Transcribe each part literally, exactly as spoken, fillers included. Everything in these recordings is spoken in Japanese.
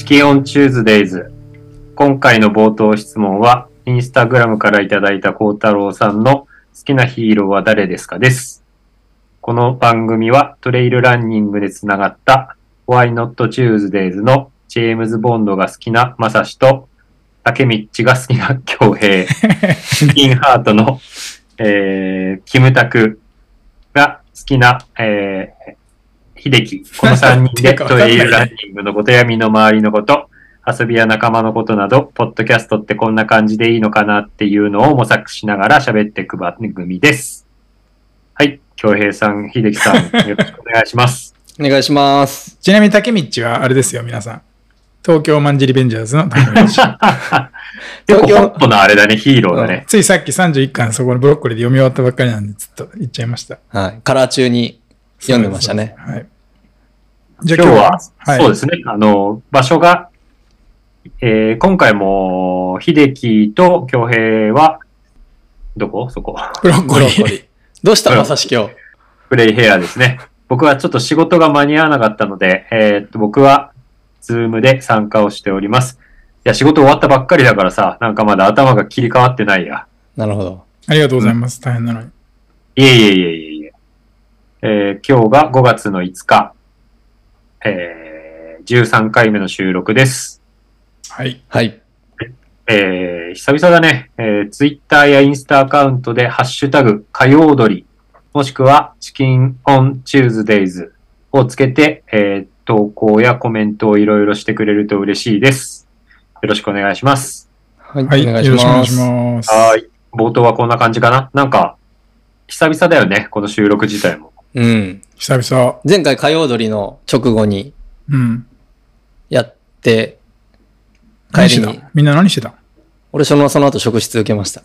チキンオンチューズデイズ。今回の冒頭質問は、インスタグラムからいただいた孝太郎さんの好きなヒーローは誰ですかです。この番組はトレイルランニングでつながった Why Not Tuesdays のジェームズ・ボンドが好きなマサシとタケミッチが好きな恭平、チキンハートの、えー、キムタクが好きな、えー、秀樹、このさんにんでトレイルランニングのことや身の回りのこと、遊びや仲間のことなど、ポッドキャストってこんな感じでいいのかなっていうのを模索しながら喋っていく番組です。はい、恭平さん、秀樹さん、よろしくお願いします。 お願いします。 ちなみに竹道はあれですよ、皆さん。東京マンジリベンジャーズの竹道。 結構ホットなあれだね、ヒーローだね。 ついさっきさんじゅういっかんそこのブロッコリーで読み終わったばっかりなんで、ずっと言っちゃいました。 はい。カラー中に読んでましたね。 はい。 じゃあ今日は、はい、そうですね、あの、場所が、えー、今回も、秀樹と恭平は、どこそこ。 ブロッコリー。 どうしたまさし今日。 プレイヘアですね。僕はちょっと仕事が間に合わなかったので、えー、っと、僕は、ズームで参加をしております。いや、仕事終わったばっかりだからさ、なんかまだ頭が切り替わってないや。 なるほど。 ありがとうございます。うん、大変なのに。 いえいえいえいえいえ。えー、今日がごがつのいつか、えー、じゅうさんかいめの収録です。 はい。 はい。 えー、久々だね。えー、ツイッターやインスタアカウントでハッシュタグ、火曜踊り、もしくはチキンオンチューズデイズをつけて、えー、投稿やコメントをいろいろしてくれると嬉しいです。よろしくお願いします。 はい。はい、お願いします。 よろしくお願いします。 はい。冒頭はこんな感じかな。なんか、久々だよね。この収録自体も。 うん。 久々。 前回火曜踊りの直後に、 うん。 やって、 帰りに。みんな何してた？ 俺その、その後職質受けました。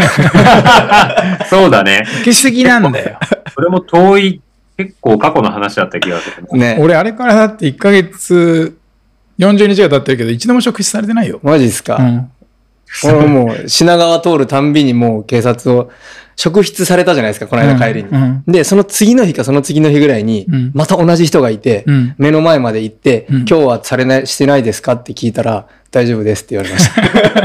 そうだね。 受けすぎなんだよ。 それも遠い、結構過去の話だった気がするね。俺あれからだっていっかげつよんじゅうにちが経ってるけど、一度も職質されてないよ。 マジっすか？うん。俺もう品川通るたんびにもう警察を職質されたじゃないですか、この間帰りに。うんうん、で、その次の日かその次の日ぐらいに、うん、また同じ人がいて、うん、目の前まで行って、うん、今日はされない、してないですかって聞いたら、大丈夫ですって言われました。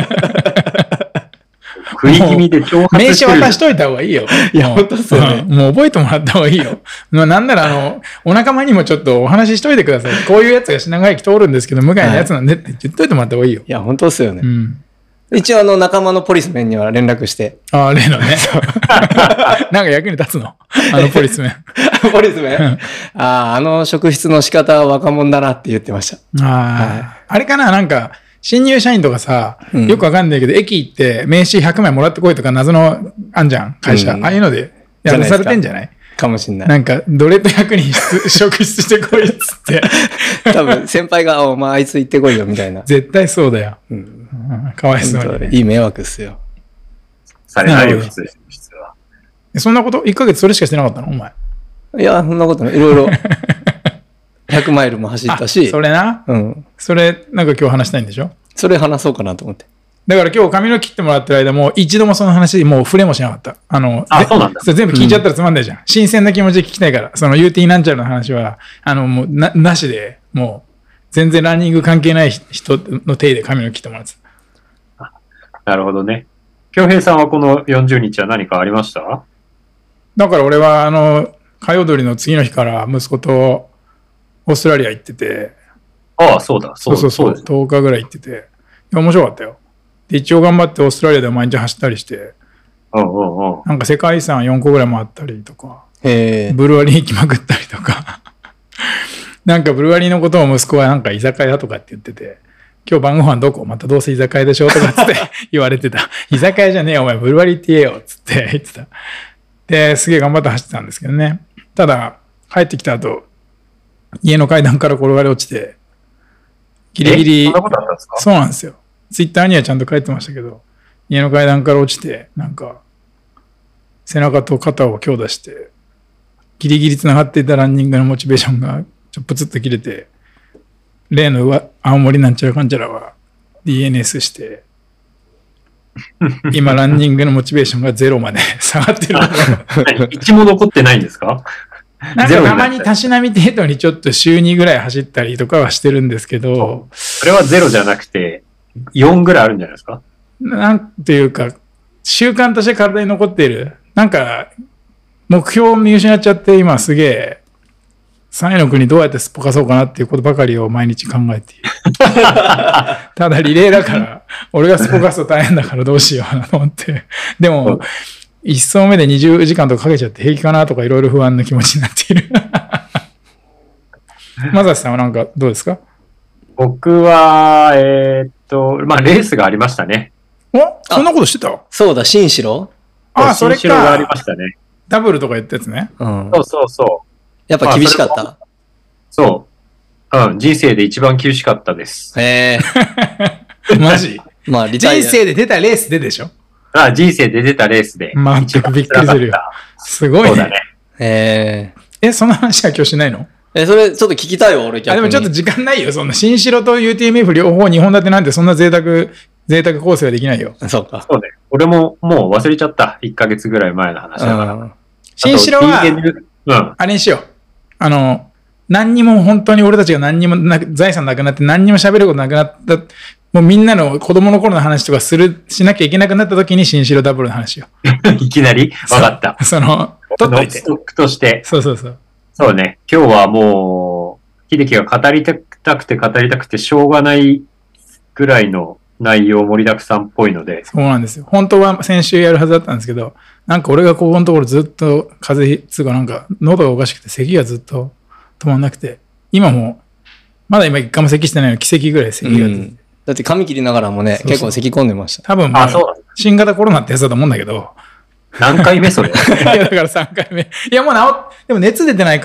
食い気味で挑発してる。名刺渡しといた方がいいよ。 いや、本当そうね、 うん。もう覚えてもらった方がいいよ。なんなら、あの、お仲間にもちょっとお話ししといてください。こういうやつが品川駅通るんですけど、向かいのやつなんでって言っといてもらった方がいいよ。 いや、本当ですよね。 うん、 一応、あの、仲間のポリスメンには連絡して。 ああ、例のね。なんか役に立つのあのポリスメン。 ポリスメンああ、あの職質の仕方は若者だなって言ってました。 ああ、はい、あれかな、なんか、新入社員とかさ、うん、よくわかんないけど、駅行って名刺ひゃくまいもらってこいとか謎のあんじゃん、会社。うん、ああいうのでやらされてんじゃないかもしんない。 なんか、どれと役に職質してこいっつって。 多分、先輩が、お前あいつ行ってこいよ、みたいな。 絶対そうだよ。うんうん、かわいそうに、ね。 いい迷惑っすよ。 されないよ、普通は。 そんなこと ?いっ ヶ月それしかしてなかったのお前。 いや、そんなことない。いろいろ。ひゃくマイルも走ったし。 それな。うん。それ、なんか今日話したいんでしょ？ それ話そうかなと思って。 だから今日髪の切ってもらってる間も一度もその話もう触れもしなかった。あの、 あ、そうなんだ。 全部聞いちゃったらつまんないじゃん。うん、新鮮な気持ちで聞きたいから。その ユーティー なんちゃらの話は、あの、もうな、なしで、もう、全然ランニング関係ない人の手で髪の切ってもらってた。 なるほどね。恭平さんはこのよんじゅうにちは何かありました？ だから俺は、あの、火曜踊りの次の日から息子とオーストラリア行ってて。 ああ、そうだ。 そうそうそう。そうとおかぐらい行ってて。面白かったよ。で、一応頑張ってオーストラリアで毎日走ったりして。 うんうんうん。 なんか世界遺産よんこぐらい回ったりとか。 へー。 ブルワリー行きまくったりとか。なんかブルワリーのことを息子はなんか居酒屋とかって言ってて。今日晩ご飯どこまたどうせ居酒屋でしょとかつって言われてた。居酒屋じゃねえよお前ブルワリーって言えよつって言ってた。で、すげえ頑張って走ってたんですけどね。ただ、帰ってきた後、家の階段から転がり落ちて、ギリギリ、 そんなことあったんですか？ そうなんですよ。ツイッターにはちゃんと書いてましたけど、家の階段から落ちて、なんか、背中と肩を強打して、ギリギリ繋がっていたランニングのモチベーションがちょっとプツッと切れて、例の青森なんちゃらかんちゃらは ディーエヌエス して、今ランニングのモチベーションがゼロまで下がってる。 一も残ってないんですか？ なんかたまにたしなみ程度にちょっと週にぐらい走ったりとかはしてるんですけど。 それはゼロじゃなくて、よんぐらいあるんじゃないですか？ なんていうか、習慣として体に残っている。なんか、目標を見失っちゃって、今すげえ、さんいの国どうやってすっぽかそうかなっていうことばかりを毎日考えている。ただリレーだから、俺がすっぽかすと大変だからどうしようなと思って。でも、いっ走目でにじゅうじかんとかかけちゃって平気かなとかいろいろ不安な気持ちになっている。まさしさんはなんかどうですか？ 僕は、えー、っと、まあ、レースがありましたね。 おそんなことしてた？ そうだ、新城？ ああ、それか。 新城がありましたね。 ダブルとか言ったやつね。 うん。 そうそうそう。 やっぱ厳しかった？ そう。うん、人生で一番厳しかったです。 へえ。マジ？ まあ、リタイア。 人生で出たレースででしょ？ ああ、人生で出たレースで。 まあ、びっくりするよ。すごいね。そうだね。 へえ。え、その話は今日しないの？ え、それちょっと聞きたいわ、俺逆に。 あ、でもちょっと時間ないよ。そんな、新城と ユーティーエムエフ 両方にほん立てなんてそんな贅沢、贅沢構成はできないよ。 そうか。 そうね。俺ももう忘れちゃった。いっかげつぐらい前の話だから。 新城は、うん、あれにしよう。あの、何にも本当に俺たちが何にもな財産なくなって何にも喋ることなくなった、もうみんなの子供の頃の話とかする、しなきゃいけなくなった時に新城ダブルの話よ。 いきなりわかった。 その、取っといて。 ストックとして。 そうそうそう。 そうね。今日はもう、秀樹が語りたくて語りたくてしょうがないぐらいの内容盛りだくさんっぽいので。 そうなんですよ。本当は先週やるはずだったんですけど、なんか俺がここのところずっと風邪つうかなんか喉がおかしくて咳がずっと止まんなくて、今も、まだ今一回も咳してないの奇跡ぐらい咳が出て、うん、 だって髪切りながらもね、そうそう結構咳込んでました。 多分まあ、新型コロナってやつだと思うんだけど。 何回目それ？いや、だからさんかいめ。いや、もう治っ、でも熱出てないから、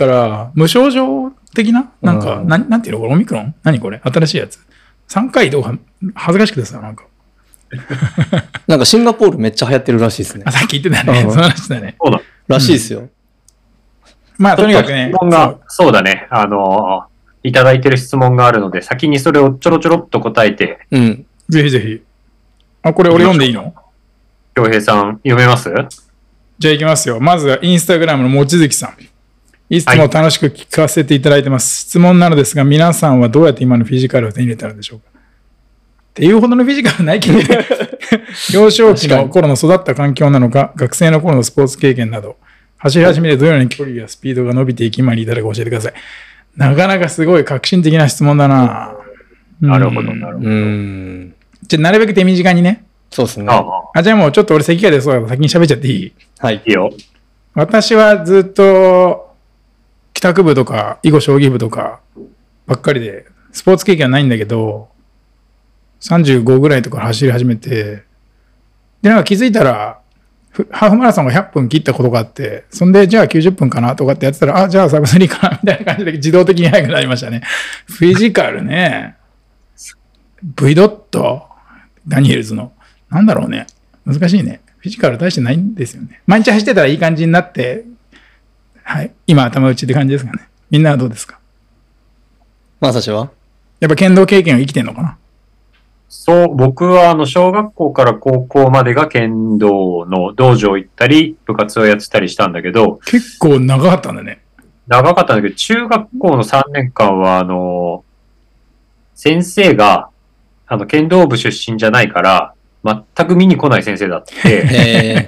無症状的ななんか、うん、ななんていうのこれオミクロン何これ新しいやつ。さんかいどうか、恥ずかしくてさ、なんか。 なんかシンガポールめっちゃ流行ってるらしいですね。 あ、さっき言ってたね。その話だね。 そうだ。 らしいですよ。うん、 まあ、とにかくね。 質問が、そうだね。あのー、いただいてる質問があるので、先にそれをちょろちょろっと答えて。 うん。 ぜひぜひ。あ、これ俺読んでいいの？ 京平さん、読めます？ じゃあ行きますよ。まずはインスタグラムの望月さん。いつも楽しく聞かせていただいてます。はい、質問なのですが、皆さんはどうやって今のフィジカルを手に入れたのでしょうか？っていうほどのフィジカルないけど、幼少期の頃の育った環境なのか、学生の頃のスポーツ経験など、走り始めてどのように距離やスピードが伸びていき、今に至るか教えてください。なかなかすごい革新的な質問だな。 なるほど、なるほど。 じゃあ、なるべく手短にね。 そうですね。 あ、じゃあもうちょっと俺咳が出そうだから先に喋っちゃっていい？ はい。 いいよ。 私はずっと帰宅部とか囲碁将棋部とかばっかりでスポーツ経験はないんだけど、さんじゅうごぐらいとか走り始めて、でなんか気づいたらハーフマラソンがひゃっぷん切ったことがあって、そんでじゃあきゅうじゅっぷんかなとかってやってたら、あ、じゃあサブスリーかなみたいな感じで自動的に速くなりましたね。フィジカルね。V ドットダニエルズのなんだろうね。難しいね。フィジカル大してないんですよね。毎日走ってたらいい感じになって、はい。今頭打ちって感じですかね。みんなはどうですか？ まさしはやっぱ剣道経験は生きてんのかな？ そう、僕はあの小学校から高校までが剣道の道場行ったり、部活をやってたりしたんだけど。 結構長かったんだね。 長かったんだけど、中学校のさんねんかんはあの、先生があの剣道部出身じゃないから、全く見に来ない先生だって。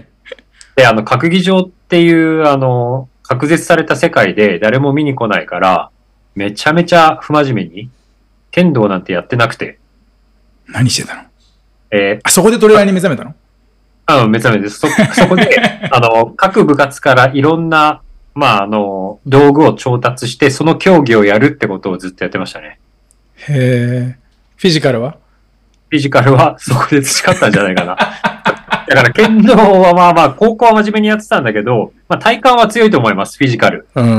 で、あの、閣議場っていう、あの、隔絶された世界で誰も見に来ないから、めちゃめちゃ不真面目に、剣道なんてやってなくて。 何してたの？ えー、 あそこでトレーラーに目覚めたの？ あの、目覚めです。そ、そこで、あの、各部活からいろんな、まあ、あの、道具を調達して、その競技をやるってことをずっとやってましたね。 へー。フィジカルは？ フィジカルはそこで培ったんじゃないかな。だから剣道はまあまあ、高校は真面目にやってたんだけど、まあ体幹は強いと思います、フィジカル。 うん。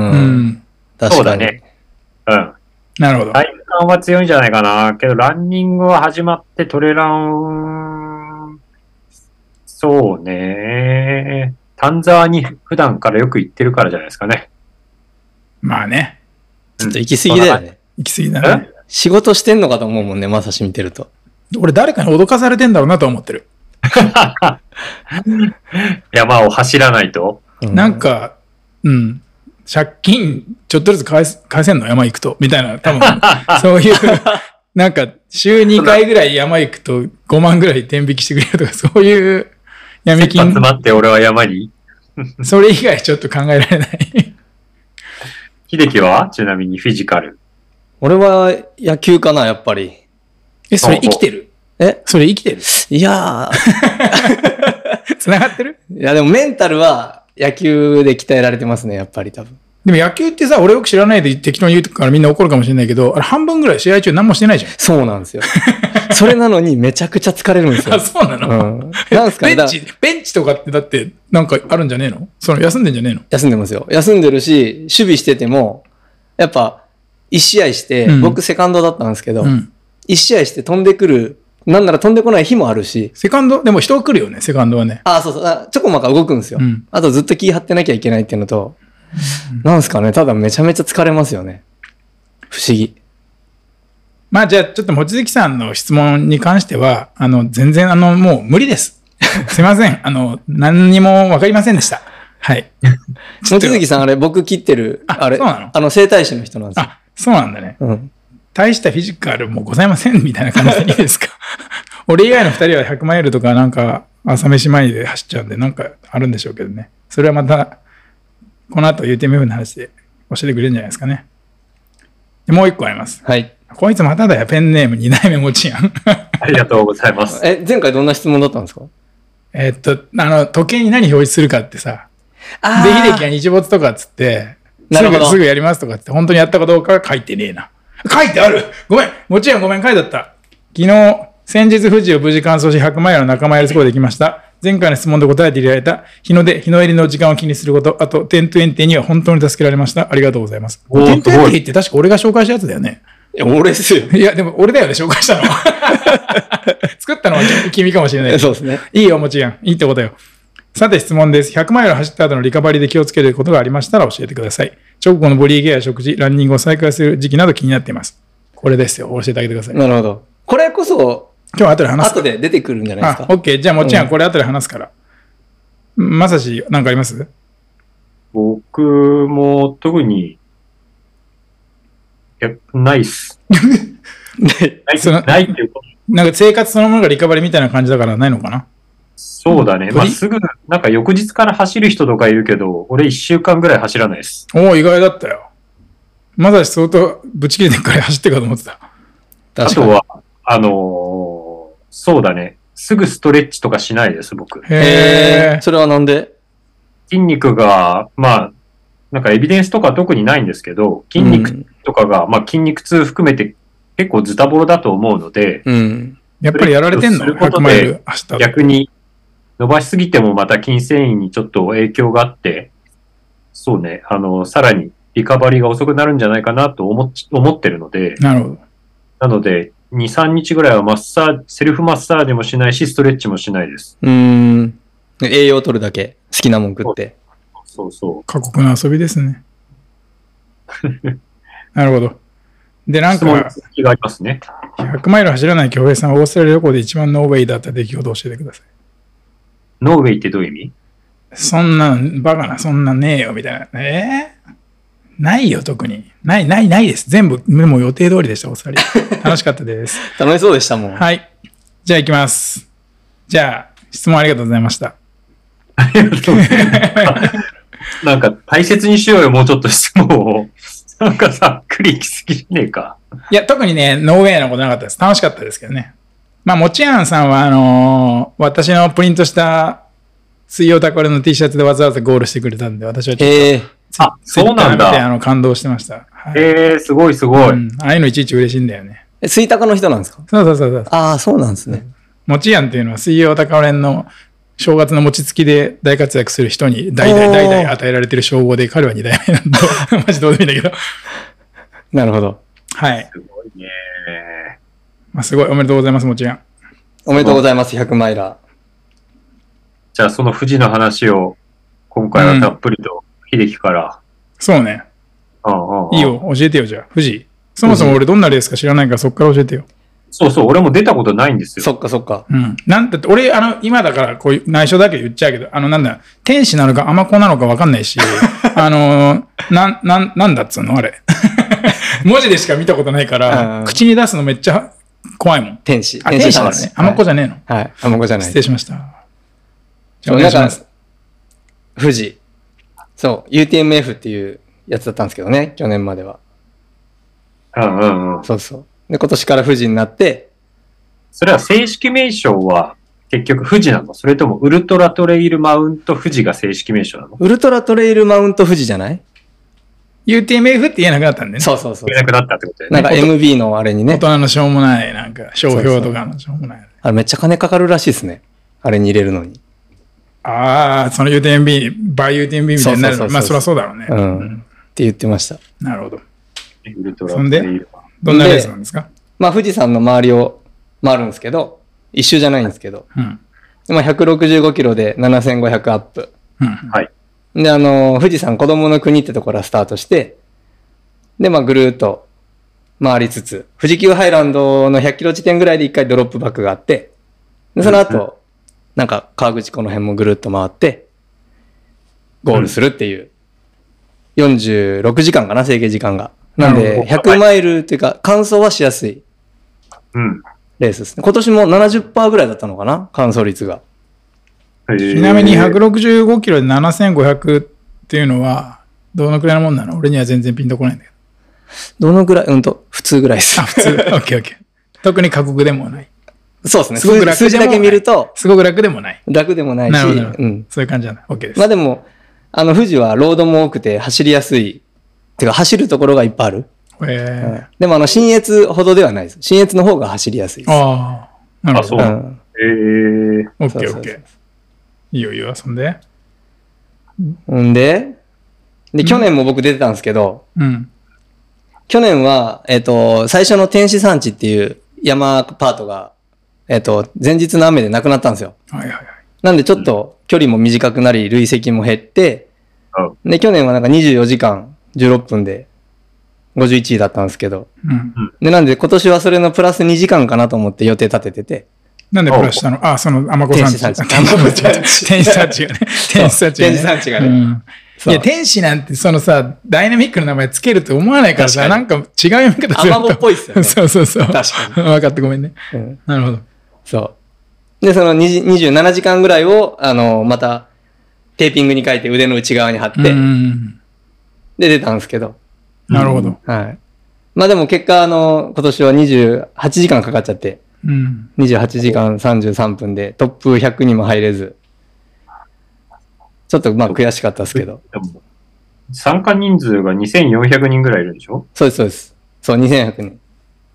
確かに。 そうだね。うん。 なるほど。 体幹は強いんじゃないかな。けど、ランニングは始まってトレラン、そうね。丹沢に普段からよく行ってるからじゃないですかね。 まあね。 ちょっと行き過ぎだよね。 行き過ぎだね。 仕事してんのかと思うもんね、まさし見てると。 俺誰かに脅かされてんだろうなと思ってる。 山を走らないと、 うん、なんか、うん。 借金ちょっとずつ返す、返せんの山行くと。みたいな、多分、そういう、なんか、週にかいぐらい山行くとごまんぐらい天引きしてくれるとか、そういう闇金。 集まって俺は山にそれ以外ちょっと考えられない。 秀樹はちなみにフィジカル。 俺は野球かな、やっぱり。 え、それ生きてる？ えそれ生きてる？ いやー。繋がってる？ いや、でもメンタルは野球で鍛えられてますね、やっぱり多分。 でも野球ってさ、俺よく知らないで適当に言うからみんな怒るかもしれないけど、あれ半分ぐらい試合中何もしてないじゃん。 そうなんですよ。それなのにめちゃくちゃ疲れるんですよ。 あ、そうなの？うん。 なんすかね。 ベンチ、ベンチとかってだってなんかあるんじゃねえの？その休んでんじゃねえの？ 休んでますよ。休んでるし、守備してても、やっぱ一試合して、うん、僕セカンドだったんですけど、うん、一試合して飛んでくる、なんなら飛んでこない日もあるし。 セカンドでも人が来るよね、セカンドはね。 あ、そうそう。ちょこまか動くんですよ。うん、あとずっと気張ってなきゃいけないっていうのと、なんすかね、ただめちゃめちゃ疲れますよね。不思議。 まあじゃあちょっと望月さんの質問に関しては、あの、全然あの、もう無理です。すいません。あの、何にもわかりませんでした。はい。 望月さんあれ、僕切ってる、あ, あれ、そうなの？あの、整体師の人なんですよ。 あ、そうなんだね。 うん。 大したフィジカルもございませんみたいな感じでいいですか？俺以外の二人はひゃくマイルとかなんか朝飯前で走っちゃうんでなんかあるんでしょうけどね。それはまた、この後 ユーティーエムエフ の話で教えてくれるんじゃないですかね。でもう一個あります。 はい。 こいつまただよ、ペンネームに代目持ちやん。 ありがとうございます。 え、前回どんな質問だったんですか？ えっと、あの、時計に何表示するかってさ、で、秀樹が日没とかっつって、すぐ、すぐやりますとかって、本当にやったかどうかは書いてねえな。書いてある！ごめん！もちろんごめん、書いてあった。昨日、先日富士を無事完走しひゃくマイルの仲間入りスコアできました。前回の質問で答えていただいた日の出、日の入りの時間を気にすること、あと、テントエンティには本当に助けられました。ありがとうございます。テントエンティって確か俺が紹介したやつだよね。 いや、俺ですよ。 いや、でも俺だよね、紹介したの。作ったのは君かもしれない。 そうですね。 いいよ、もちやん。いいってことよ。さて質問です。ひゃくマイル走った後のリカバリーで気をつけることがありましたら教えてください。直後のボディケア、食事、ランニングを再開する時期など気になっています。これですよ。教えてあげてください。 なるほど。これこそ、 今日後で話す。 後で出てくるんじゃないですか。 あ、OK。じゃあもちやん、これ後で話すから。うん、まさし、なんかあります？ 僕も特に、いや、ないっす。ないないっていうこと。 なんか生活そのものがリカバリーみたいな感じだからないのかな？ そうだね。まあ、すぐ、なんか翌日から走る人とかいるけど、俺一週間ぐらい走らないです。 おお、意外だったよ。まだ相当ぶち切れてから走ってるかと思ってた。 あとは、あのー、そうだね。すぐストレッチとかしないです、僕。 へー。それはなんで？ 筋肉が、まあ、なんかエビデンスとか特にないんですけど、筋肉とかが、うん、まあ筋肉痛含めて結構ズタボロだと思うので、 うん、 やっぱりやられてんの？ひゃくマイル走った。 逆に伸ばしすぎてもまた筋繊維にちょっと影響があって、そうね、あの、さらにリカバリーが遅くなるんじゃないかなと思っ、思ってるので、 なるほど。 なので、に、さんにちぐらいはマッサージ、セルフマッサージもしないし、ストレッチもしないです。 うーん。栄養取るだけ。好きなもん食って。 そうそう。 過酷な遊びですね。なるほど。で、なんか、 気がありますね。 ひゃくマイル走らない京平さん、オーストラリア旅行で一番ノーウェイだった出来事を教えてください。 ノーウェイってどういう意味？ そんな、バカな、そんなねえよ、みたいな。えー、ないよ、特に。ない、ない、ないです。全部、もう予定通りでした、オーストラリア。楽しかったです。 楽しそうでしたもん。 はい。じゃあ行きます。じゃあ、質問ありがとうございました。 ありがとうございます。なんか、大切にしようよ、もうちょっと質問を。なんかさっくり行き過ぎじゃねえか。 いや、特にね、ノーウェイなことなかったです。楽しかったですけどね。まあ、もちやんさんは、あのー、私のプリントした水曜タコレの T シャツでわざわざゴールしてくれたんで、私はちょっと、えー、 あ、そうなんだ。 見てあの感動してました。 はい、えー、すごいすごい、うん。 ああいうのいちいち嬉しいんだよね。 え、水タコの人なんですか？ そうそうそうそう。 ああ、そうなんですね。 もちやんっていうのは水曜タコレの正月の餅つきで大活躍する人に代々代々与えられてる称号で、彼はに代目なんだ。マジどうでもいいんだけど。 なるほど。 はい。 すごいね。 まあ、すごい。おめでとうございます、もちやん。 おめでとうございます、ひゃくマイラー。 じゃあ、その富士の話を、今回はたっぷりと、秀樹から、うん。 そうね。 ああああいいよ、教えてよ、じゃあ。富士。そもそも俺どんなレースか知らないから、そっから教えてよ。 そうそう、俺も出たことないんですよ。 そっかそっか。 うん。なんだって、俺、あの、今だから、こういう内緒だけ言っちゃうけど、あの、なんだ、天使なのか甘子なのかわかんないし、 あの、なん、なん、なんだっつうのあれ。文字でしか見たことないから、口に出すのめっちゃ怖いもん。 天使。 あ、天使だね。アマコじゃねえの。 はい。アマコじゃない。 失礼しました。 じゃあお願いします。富士。そう、ユーティーエムエフ っていうやつだったんですけどね、去年までは。 うんうんうん。 そうそう。で、今年から富士になって。 それは正式名称は結局富士なの？それともウルトラトレイルマウント富士が正式名称なの？ ウルトラトレイルマウント富士じゃない？ ユーティーエムエフ って言えなくなったんでね。 そうそうそう。 言えなくなったってことだよね。 なんか エムビー のあれにね。 大人のしょうもない、なんか商標とかのしょうもない。そうそうあれめっちゃ金かかるらしいですね。あれに入れるのに。 ああ、その ユーティーエムビー、バイ ユーティーエムビー みたいになるの。まあそりゃそうだろうね。 うん。うん、って言ってました。 なるほど。 ウルトラそんで、どんなレースなんですか？ まあ富士山の周りを回るんですけど、一周じゃないんですけど。うん。まあひゃくろくじゅうごキロでななせんごひゃくアップ。 うん。はい。 で、あの、富士山子供の国ってところからスタートして、で、まあぐるーっと回りつつ、富士急ハイランドのひゃっキロ地点ぐらいで一回ドロップバックがあって、で、その後、うん、なんか川口湖の辺もぐるっと回って、ゴールするっていう、よんじゅうろくじかんかな、制限時間が。なんで、ひゃくマイルっていうか、完走はしやすいレースですね。今年も ななじゅっパーセント ぐらいだったのかな、完走率が。 ちなみにひゃくろくじゅうごキロでななせんごひゃくっていうのは、どのくらいのもんなの？俺には全然ピンとこないんだけど。どのくらいうんと、普通ぐらいです。 あ、普通。オッケーオッケー。特に過酷でもない。 そうですね。 すごく楽数字だけ見ると。 すごく楽でもない。 楽でもないし。 なるほど。うん。そういう感じなんだ。オッケーです。 まあでも、あの、富士はロードも多くて走りやすい。てか、走るところがいっぱいある。 へえ、 うん。でも、あの、新越ほどではないです。新越の方が走りやすいです。 ああ。なるほど。 あ、そう。うん、へえ。 オッケーオッケー。いいよいいよ、そんで。 んで、で、去年も僕出てたんですけど、 うん。 去年は、えっと、最初の天使山地っていう山パートが、えっと、前日の雨でなくなったんですよ。 はいはいはい。 なんでちょっと距離も短くなり、累積も減って、うん、で、去年はなんかにじゅうよじかんじゅうろっぷんでごじゅういちいだったんですけど、 うん、 で、なんで今年はそれのプラスにじかんかなと思って予定立ててて。 なんでプラスしたの？あ、その、天子山地。 天使山地。 天使山地がね。天使山地がね。 天使山地がね。 うんいや、天使なんて、そのさ、ダイナミックな名前つけると思わないからさ、なんか違う読み方すると。 アマゴっぽいっすよね。 そうそうそう。 確かに。 分かってごめんね。 うん、 なるほど。 そう。で、そのにじゅうななじかんぐらいを、あの、また、テーピングに書いて腕の内側に貼って、で、出たんですけど。 なるほど。 はい。まあでも結果、あの、今年はにじゅうはちじかんかかっちゃって、 うん、 にじゅうはちじかんさんじゅうさんぷんでトップひゃくにも入れず、ちょっとまあ悔しかったですけど。 参加人数がにせんよんひゃくにんぐらいいるんでしょ？ そうです、そうです。そう、にせんよんひゃくにん。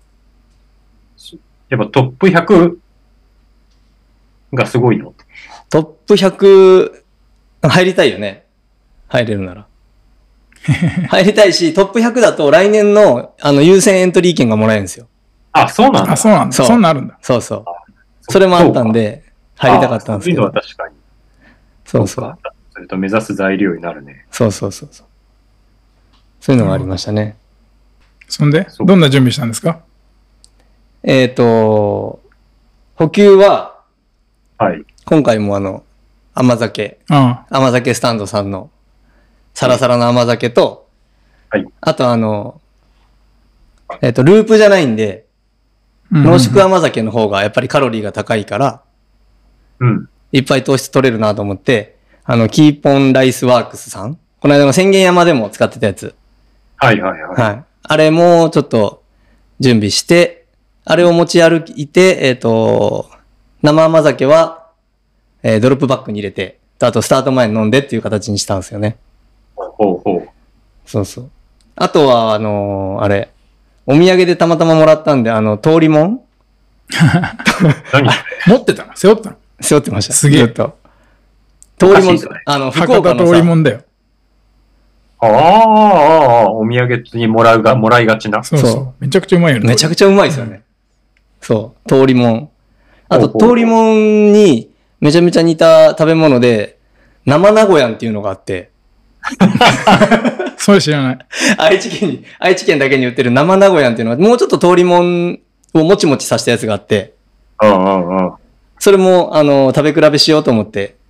やっぱトップひゃくがすごいの？ トップひゃく入りたいよね。入れるなら。入りたいし、トップひゃくだと来年のあの優先エントリー券がもらえるんですよ。 あ、そうなんだ。 あ、そうなんだ。 そう。 そんなあるんだ。 そうそう。それもあったんで、入りたかったんですけど。 そういうのは確かに。 そうそう。 それと目指す材料になるね。 そうそうそうそう。そういうのがありましたね。 そんで、どんな準備したんですか？ えっと、補給は、 はい。 今回もあの、甘酒、 ああ甘酒スタンドさんのサラサラの甘酒と、 はい。 あとあの、えっと、ループじゃないんで、 うんうん、 濃縮甘酒の方がやっぱりカロリーが高いから、 うん。 いっぱい糖質取れるなと思って、あの、キーポンライスワークスさん、この間の宣言山でも使ってたやつ。 はいはいはい。 はい。あれもちょっと準備して、あれを持ち歩いて、えっと、生甘酒は、えー、ドロップバッグに入れて、あとスタート前に飲んでっていう形にしたんですよね。 ほうほう。 そうそう。あとは、あのー、あれ、お土産でたまたまもらったんで、あの、通りもん何持ってたの？背負ったの？ 背負ってました。 すげえ。 ずっと。通りもん、あの、福岡の博多通りもんだよ。 ああ、お土産にもらうが、もらいがちな。 そうそう。そうめちゃくちゃうまいよね。 めちゃくちゃうまいですよね。そう。通りもん。あと、通りもんにめちゃめちゃ似た食べ物で、生名古屋っていうのがあって。 それ知らない。 愛知県に、愛知県だけに売ってる生名古屋っていうのは、もうちょっと通りもんをもちもちさせたやつがあって。 うんうんうん。 それも、あの、食べ比べしようと思って、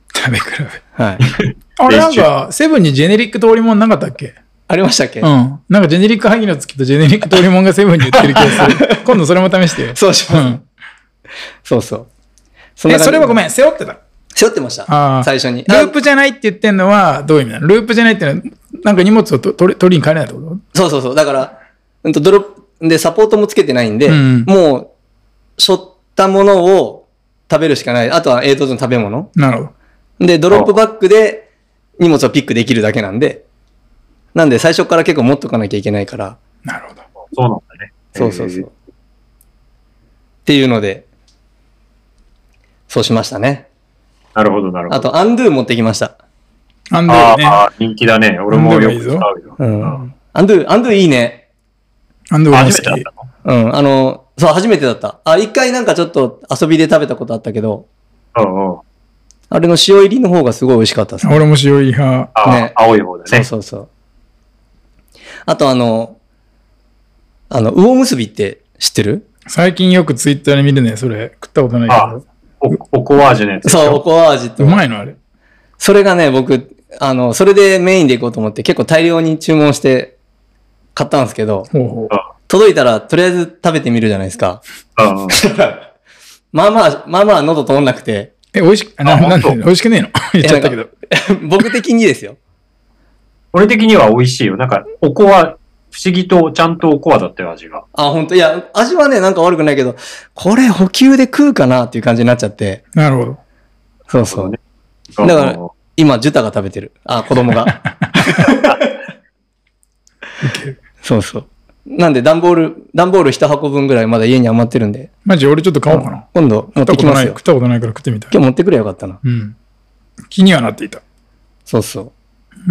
食べ比べ。 はい。 あれなんか、セブンにジェネリック通りもんなかったっけ？ ありましたっけ？ うん。なんかジェネリック萩の月とジェネリック通りもんがセブンに売ってる気がする。今度それも試してよ。 そうします。うん、そうそう。 そえ、それはごめん、背負ってた。 背負ってました。最初に。 ループじゃないって言ってんのはどういう意味なの？ループじゃないっていうのは、なんか荷物をと取り、取りに帰れないってこと？ そうそうそう。だから、うんと、ドロップでサポートもつけてないんで、うん、もう、背負ったものを食べるしかない。あとはエイトの食べ物。 なるほど。で、ドロップバッグで荷物をピックできるだけなんで、なんで最初から結構持っとかなきゃいけないから。 なるほど。 そうなんだね。 そうそうそう。っていうので、そうしましたね。 なるほど、なるほど。 あと、アンドゥ持ってきました。 アンドゥね。 ああ、人気だね。俺もよく使うよ。 うん。アンドゥ、アンドゥいいね。 アンドゥ初めてだったの？うん、あの、そう、初めてだった。あ、一回なんかちょっと遊びで食べたことあったけど、 うんうん。 あれの塩入りの方がすごい美味しかったですね。 俺も塩入り派。 あ、ね、青い方だね。 そうそうそう。あとあの、あの、魚結びって知ってる？ 最近よくツイッターで見るね、それ。食ったことないけど。 お、おこわ味のやつ。 そう、おこわ味と。 うまいのあれ。 それがね、僕、あの、それでメインで行こうと思って結構大量に注文して買ったんですけど、 ほうほう届いたらとりあえず食べてみるじゃないですか。まあまあ、まあまあ喉通んなくて。 え、美味しく、な、なんで、美味しくねえの言っちゃったけど。 僕的にですよ。 俺的には美味しいよ。なんか、おこわ、不思議とちゃんとおこわだったよ、味が。 あ、ほんと。いや、味はね、なんか悪くないけど、これ補給で食うかなっていう感じになっちゃって。 なるほど。 そうそう。ね、だから、今、ジュタが食べてる。あ、子供が。そうそう。なんで、段ボール、段ボール一箱分ぐらいまだ家に余ってるんで。 マジ俺ちょっと買おうかな。 今度持ってきますよ。 食ったことないから食ってみたい。 今日持ってくればよかったな。 うん。気にはなっていた。 そうそう。 うん。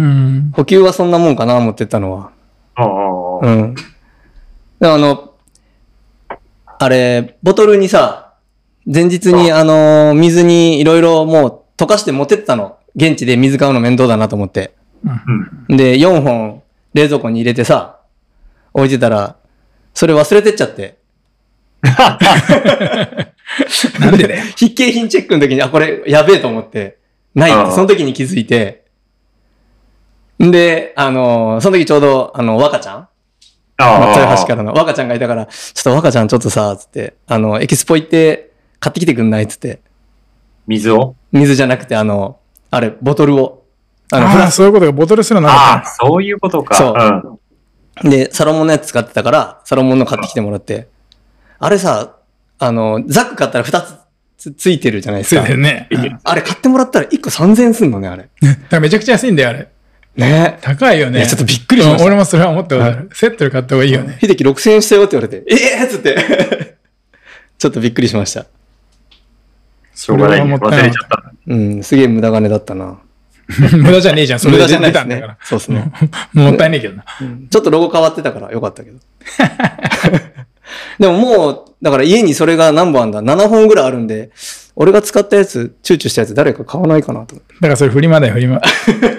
補給はそんなもんかな、思ってたのは。 ああ。 うん。あの、あれ、ボトルにさ、前日にあの、水にいろいろもう溶かして持ってったの。現地で水買うの面倒だなと思って。うん。で、よんほん冷蔵庫に入れてさ、置いてたら、それ忘れてっちゃって。 なんでね。 必携品チェックの時に、あ、これやべえと思って、ないって、その時に気づいて、んで、あの、その時ちょうど、あの、若ちゃん豊橋からの若ちゃんがいたから、ちょっと若ちゃんちょっとさ、つって、あの、エキスポ行って買ってきてくんないつって。 水を？ 水じゃなくて、あの、あれ、ボトルを。 あの、ああ、そういうことがボトルするのなかった。 ああ、そういうことか。 そう。うん、で、サロモンのやつ使ってたから、サロモンの買ってきてもらって。あれさ、あの、ザック買ったらふたつ つ, ついてるじゃないですか。 ついてるね。 うん、あれ買ってもらったらいっこさんぜんえんすんのね、あれ。 だからめちゃくちゃ安いんだよ、あれ。 ね。 高いよね。 ちょっとびっくりしました。 俺もそれは思ったことある。セットで買った方がいいよね。 秀樹ろくせんえんしたよって言われて、ええー、っつって。ちょっとびっくりしました。 しょうがないね。忘れちゃった。 うん、すげえ無駄金だったな。 無駄じゃねえじゃん、それで出たんだから。 そうですね。 もったいねえけどな、 うん。ちょっとロゴ変わってたからよかったけど。でももう、だから家にそれが何本あんだ ?なな 本ぐらいあるんで、俺が使ったやつ、チューチューしたやつ誰か買わないかなと思って。 だからそれフリマだよ、フリマ。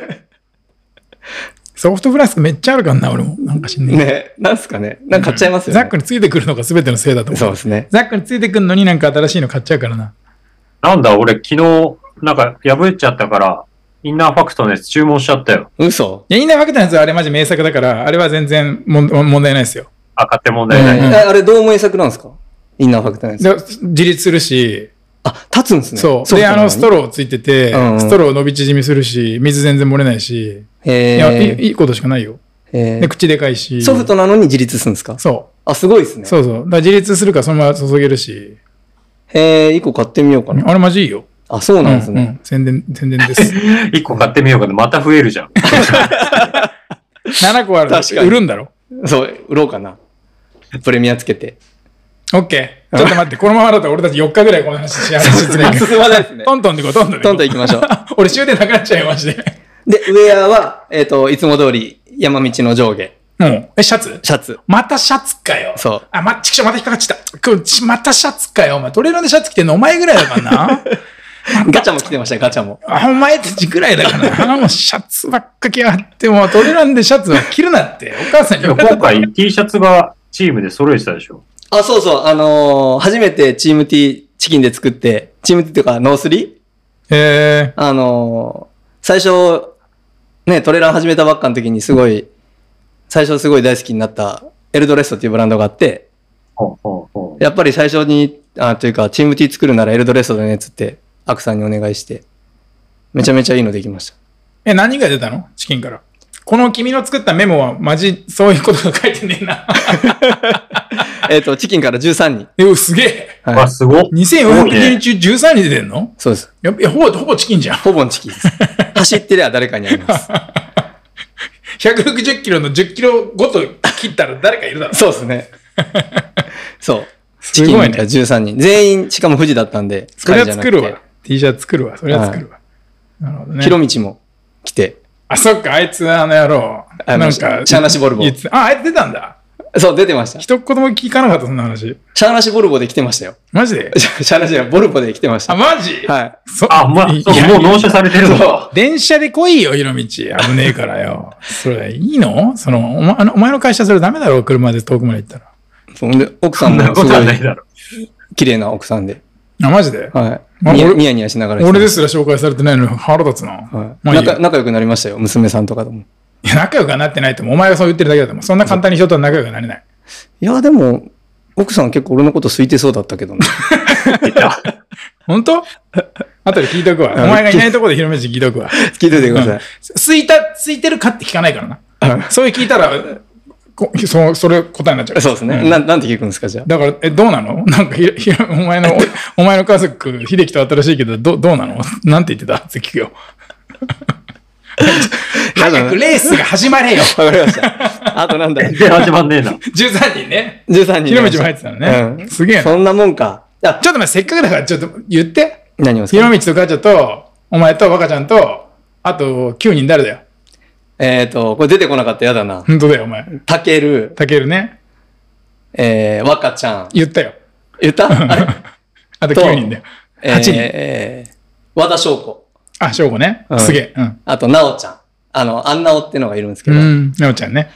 ソフトフラスクめっちゃあるからな、俺も。なんかしんねえ。 ね、なんすかね。なんか買っちゃいますよね。 ザックについてくるのが全てのせいだと思う。 そうですね。 ザックについてくるのになんか新しいの買っちゃうからな。 なんだ、俺昨日、なんか破っちゃったから、インナーファクトのやつ注文しちゃったよ。 嘘？ いや、インナーファクトのやつはあれマジ名作だから、あれは全然も問題ないですよ。 あ、買って問題ない。 うん、あれどう名作なんですか？インナーファクトのやつ。 自立するし。 あ、立つんですね。 そう。で、あの、ストローついてて、うんうん、ストロー伸び縮みするし、水全然漏れないし。 へいやいい、いいことしかないよ。で、口でかいし。 ソフトなのに自立するんですか？ そう。 あ、すごいですね。 そうそう。だから自立するからそのまま注げるし。 へえ、一個買ってみようかな。 あれマジいいよ。 あ、そうなんですね。 うんうん、宣伝、宣伝です。 一個買ってみようかな。また増えるじゃん。 ななこある。確かに。売るんだろ？ そう、売ろうかな。プレミアつけて。 オッケー。ちょっと待って、このままだと俺たちよっかぐらいこの話し始める。 進まないですね。 トントンでいこう、トントンでいこう。 トントン行きましょう。 俺終電なくなっちゃうよ、マジで。 で、ウェアは、えっと、いつも通り山道の上下。 うん。え、シャツ？ シャツ。 またシャツかよ。 そう。 あ、ま、ちくしょ、また引っかかっちゃった。またシャツかよ。お前、トレーラーでシャツ着てんのお前ぐらいだからな。 ガチャも来てましたよ、ガチャも。 あ、お前たちぐらいだからな。もうシャツばっか着やがって、もうトレランでシャツは着るなって。お母さんに言われた。 今回 T シャツがチームで揃えてたでしょ？ あ、そうそう。あのー、初めてチーム T チキンで作って、チーム T というかノースリーへあのー、最初、ね、トレーラー始めたばっかの時にすごい、最初すごい大好きになったエルドレストっていうブランドがあって、 ほうほうほう。 やっぱり最初に、あ、というか、チーム T 作るならエルドレストでねっつって、アクさんにお願いして、めちゃめちゃいいのできました。 え、何が出たのチキンから。この君の作ったメモはマジ、そういうことが書いてねえな。 えっと、チキンからじゅうさんにん。 え、すげえ。 はい、 わ、すごっ。 にせんよんひゃくにん中じゅうさんにん出てんの？ そうです。 やっぱ、ほぼ、ほぼチキンじゃん。 ほぼチキンです。走ってりゃ誰かにあります。 ひゃくろくじゅっキロのじゅっキロごと切ったら誰かいるだろ。 そうですね。そう。 すごいね。 じゅうさんにん。全員、しかも富士だったんで。 それは作るわ。T シャツ作るわ。それは作るわ。はい、なるほどね。 ひろみちも来て。 あ、そっか、あいつあの野郎。なんか、 シャーナシボルボ。 あ、あいつ出たんだ。 そう、出てました。 一言も聞かなかった、そんな話。 シャーナシボルボで来てましたよ。 マジで？ シャーナシはボルボで来てました。 あ、マジ？ はい。 あ、まあ、そうもう納車されてるの。 電車で来いよ、ひろみち。危ねえからよ。それ、いいのそのお前、お前の会社それダメだろ、車で遠くまで行ったら。 そんで、奥さんもすごい綺麗な奥さんで。 あ、マジで？ はい。ニヤニヤニヤしながら。 俺ですら紹介されてないのに腹立つな。 はい。仲、仲良くなりましたよ、娘さんとかとも。 いや、仲良くはなってないと思う。お前がそう言ってるだけだと思う。そんな簡単に人とは仲良くなれない。 いや、でも、奥さん結構俺のこと空いてそうだったけどね。 本当？後で聞いとくわ。お前がいないところでひろみち聞いとくわ。 聞いといてください。 空いた、空いてるかって聞かないからな。そういう聞いたら、こそそれ答えになっちゃう。 そうですね。うん、ななんて聞くんですか、じゃあ。 だから、え、どうなのなんかひ、ひお前の、お前の家族、秀樹と新しいけど、ど、どうなのなんて言ってたって聞くよ。早くレースが始まれよ。 わかりました。あとなんだ。 全然始まんねえな。 じゅうさんにんね。 じゅうさんにん。 ひろみちも入ってたのね。うん、すげえな。 そんなもんか。 ちょっと待って、せっかくだからちょっと言って。 何をひろみちとかちゃと、お前と若ちゃんと、あときゅうにん誰だよ。 えっと、これ出てこなかったらやだな。 本当だよ、お前。 たける。 たけるね。 えー、若ちゃん。 言ったよ。 言ったあれあときゅうにんだよ。はちにん。 えー、和田翔子。 あ、翔子ね。うん、すげえ。うん。 あと、なおちゃん。あの、あんなおってのがいるんですけど。 うん、なおちゃんね。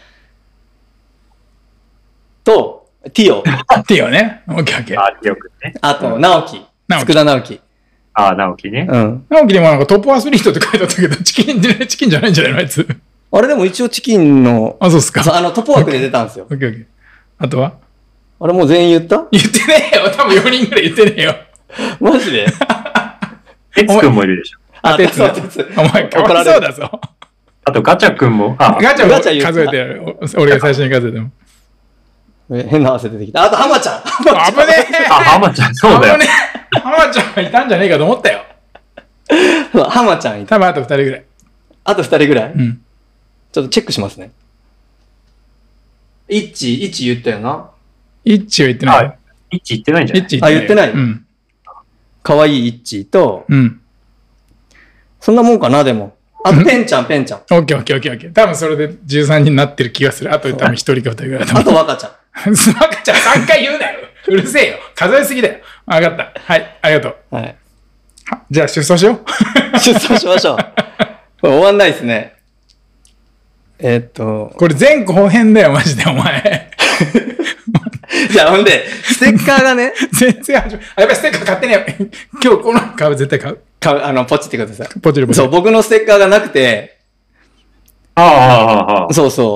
と、ティオ。 ティオね。オッケーオッケー。 あ、ティオくんね。 あと、直樹。佃直樹。 あ、直樹ね。 うん。 直樹でもなんかトップアスリートって書いてあったけど、チキンで、チキンじゃないんじゃないのあいつ。 あれでも一応チキンの。 あ、そうっすか。 あの、トップ枠で出たんですよ。 オッケーオッケー。あとはあれもう全員言った言ってねえよ。多分よにんぐらい言ってねえよ。 マジでテツくんもいるでしょ。 あ、テツ。お前、かわいそうだぞ。 あと、ガチャくんも。あ、 ガチャも数えてやる。俺が最初に数えても。 変な汗出てきた。あと、浜ちゃん。 危ねえ。 あ、浜ちゃん、そうだよ。 危ねえ。浜ちゃんがいたんじゃねえかと思ったよ。 浜ちゃんいた。 多分あとふたりぐらい。 あとふたりぐらい。 うん。 ちょっとチェックしますね。イッチ、イッチ言ったよな。 イッチは言ってない。 イッチ言ってないんじゃない？ イッチあ、言ってない。 うん。 かわいいイッチと、 うん。 そんなもんかな、でも。あと、ペンちゃん、ペンちゃん。 オッケーオッケーオッケーオッケー。多分それでじゅうさんにんになってる気がする。あと多分ひとりかふたりぐらい。 あと、若ちゃん。 若ちゃんさんかい言うなよ。うるせえよ。数えすぎだよ。わかった。はい、ありがとう。 はい。 じゃあ出走しよう。 出走しましょう。これ終わんないですね。えー、っと。 これ前後編だよ、マジで、お前。 じゃあ、ほんで、ステッカーがね。 全然始め、あ、やっぱりステッカー買ってね。今日この買う、絶対買う。 買う、あの、ポチってください。 ポチるポチる。 そう、僕のステッカーがなくて。 ああ、ああ、ああ。 そうそう。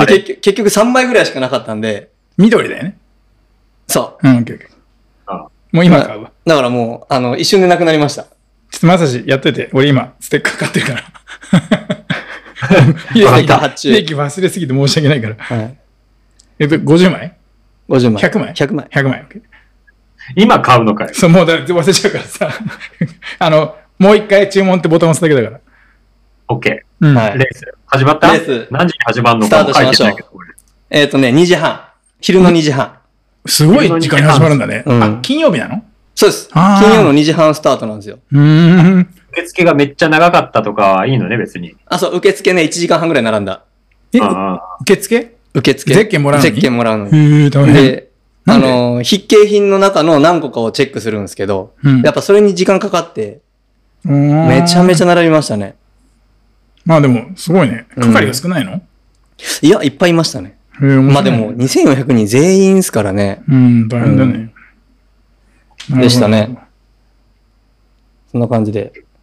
で結結局さんまいぐらいしかなかったんで。 緑だよね。 そう。 うん、オッケーオッケー。もう今買うわ。 だからもう、あの、一瞬でなくなりました。 ちょっとまさしやってて、俺今、ステッカー買ってるから。 ステッカー発注。 利益忘れすぎて申し訳ないから。 はい。 えっと、ごじゅうまい ? ごじゅうまい。 ひゃくまい ?ひゃくまい。 ひゃくまい。 今買うのかよ。 そう、もうだ忘れちゃうからさ。あの、もう一回注文ってボタン押すだけだから。 オッケー。うん。 はい。 レース。始まったレース。 何時に始まるのかも書いてないけど。えっとね、にじはん。昼のにじはん。 すごい時間に始まるんだね。 うん、 あ、金曜日なの？ そうです。金曜のにじはんスタートなんですよ。 うん。 受付がめっちゃ長かったとかはいいのね、別に。 あ、そう、受付ね、いちじかんはんぐらい並んだ。 え、受付？ 受付。 ゼッケンもらうのに？ ゼッケンもらうのに。 へぇ、大変。 で、あの、筆記品の中の何個かをチェックするんですけど、うん、やっぱそれに時間かかって、めちゃめちゃ並びましたね。 まあでも、すごいね。係が少ないの？うん、 いや、いっぱいいましたね。まあでも、にせんよんひゃくにん全員ですからね。 うん、大変だね。 うん、でしたね。そんな感じで。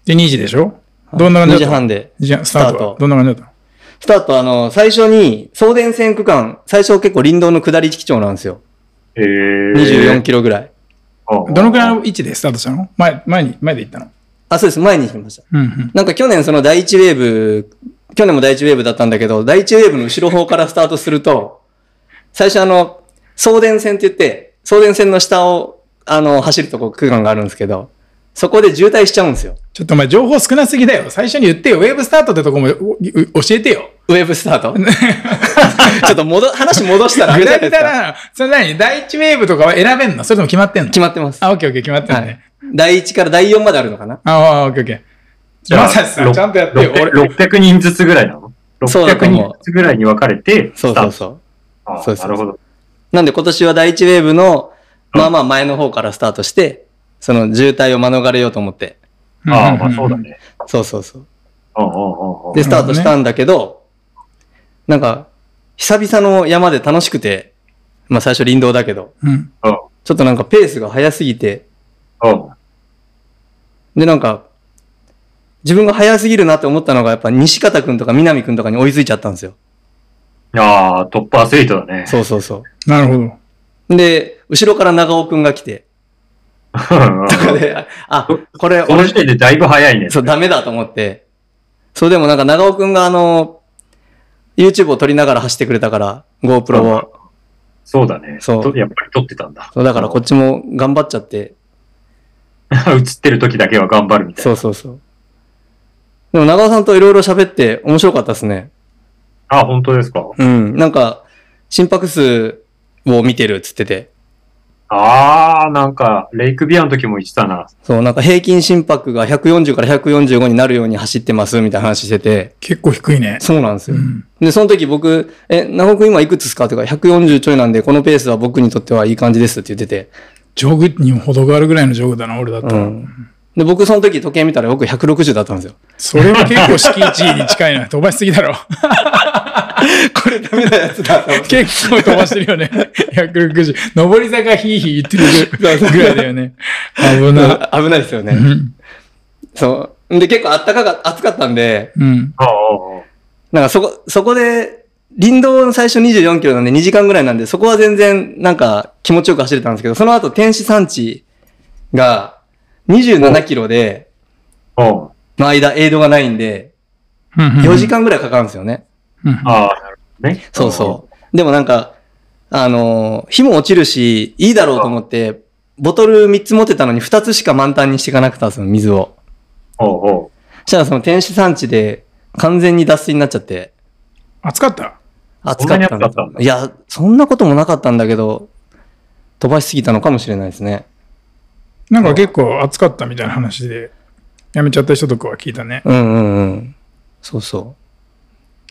で、にじでしょ？どんな感じだったの？ にじはんで。 じゃスタートはどんな感じだったの？ スタート、あの、最初に、送電線区間、最初結構林道の下り基調なんですよ。 えー、 にじゅうよんキロぐらい。 どのくらいの位置でスタートしたの？前、前に、前で行ったの？ あ、そうです。前に行きました。 うんうん、 なんか去年その第一ウェーブ、去年も第一ウェーブだったんだけど、第一ウェーブの後ろ方からスタートすると、最初あの、送電線って言って、送電線の下を、あの、走るとこ区間があるんですけど、そこで渋滞しちゃうんですよ。 ちょっとお前情報少なすぎだよ。最初に言ってよ。ウェーブスタートってとこも教えてよ。 ウェーブスタートちょっと戻、話戻したらあれじゃないですか。 ぐだぐだな。それ何？第一ウェーブとかは選べんの？それとも決まってんの？ 決まってます。 あ、オッケーオッケー決まってんのね。 はい、だいいちからだいよんまであるのかな？ ああ、オッケーオッケー。じゃあ、まさしさん、ちゃんとやってよ。 俺、ろっぴゃくにんずつぐらいなの？ ろっぴゃく 人ずつぐらいに分かれて、 そうそうそう。 ああ、 そうそうそうなるほど。 なんで今年は第一ウェーブの、まあまあ前の方からスタートして、その渋滞を免れようと思って。 ああ、まあそうだね。 そうそうそう。 うんうんうんうん、 で、スタートしたんだけど、なんか、久々の山で楽しくて、まあ最初林道だけど、 うん、 ちょっとなんかペースが速すぎて、 うん、 でなんか、自分が速すぎるなって思ったのが、やっぱ西方くんとか南くんとかに追いついちゃったんですよ。 ああ、トップアスリートだね。 そうそうそう。 なるほど。で、後ろから長尾くんが来て、とかで、あ、これ、 この時点でだいぶ早いね。 そう、ダメだと思って。そう、でもなんか長尾くんがあの、YouTube を撮りながら走ってくれたから、GoPro を。 そうだね。 そう。 やっぱり撮ってたんだ。 そう、だからこっちも頑張っちゃって。 映ってる時だけは頑張るみたいな。 そうそうそう。でも長尾さんといろいろ喋って面白かったですね。 あ、本当ですか？ うん。なんか、心拍数を見てるっつってて。 ああ、なんか、レイクビアの時も言ってたな。 そう、なんか平均心拍がひゃくよんじゅうからひゃくよんじゅうごになるように走ってますみたいな話してて。 結構低いね。 そうなんですよ。 うん、 で、その時僕、え、長尾くん今いくつですかとか、ひゃくよんじゅうちょいなんで、このペースは僕にとってはいい感じですって言ってて。 ジョグにも程があるぐらいのジョグだな、俺だったら。うん、 で、僕その時時計見たら僕ひゃくろくじゅうだったんですよ。 それは結構敷地に近いな。飛ばしすぎだろ。 これダメなやつだ。 結構飛ばしてるよね。ひゃくろくじゅう。上り坂ヒーヒー言ってるぐらいだよね。危ない。 危ないですよね。そう。で、結構あったかか、暑かったんで、 うん。 なんかそこ、そこで、林道の最初にじゅうよんキロなんでにじかんぐらいなんで、そこは全然なんか気持ちよく走れたんですけど、その後天使山地がにじゅうななキロで、の間、エイドがないんで、よじかんぐらいかかるんですよね。 ああ、なるほどね。 そうそう。でもなんか、あのー、火も落ちるし、いいだろうと思って、ボトルみっつ持ってたのにふたつしか満タンにしていかなくたんですよ、水を。 おうおう。 そしたらその天使山地で完全に脱水になっちゃって。 暑かった？ 暑かったんだ。いや、そんなこともなかったんだけど、飛ばしすぎたのかもしれないですね。 なんか結構暑かったみたいな話で、やめちゃった人とかは聞いたね。 うんうんうん。そうそう。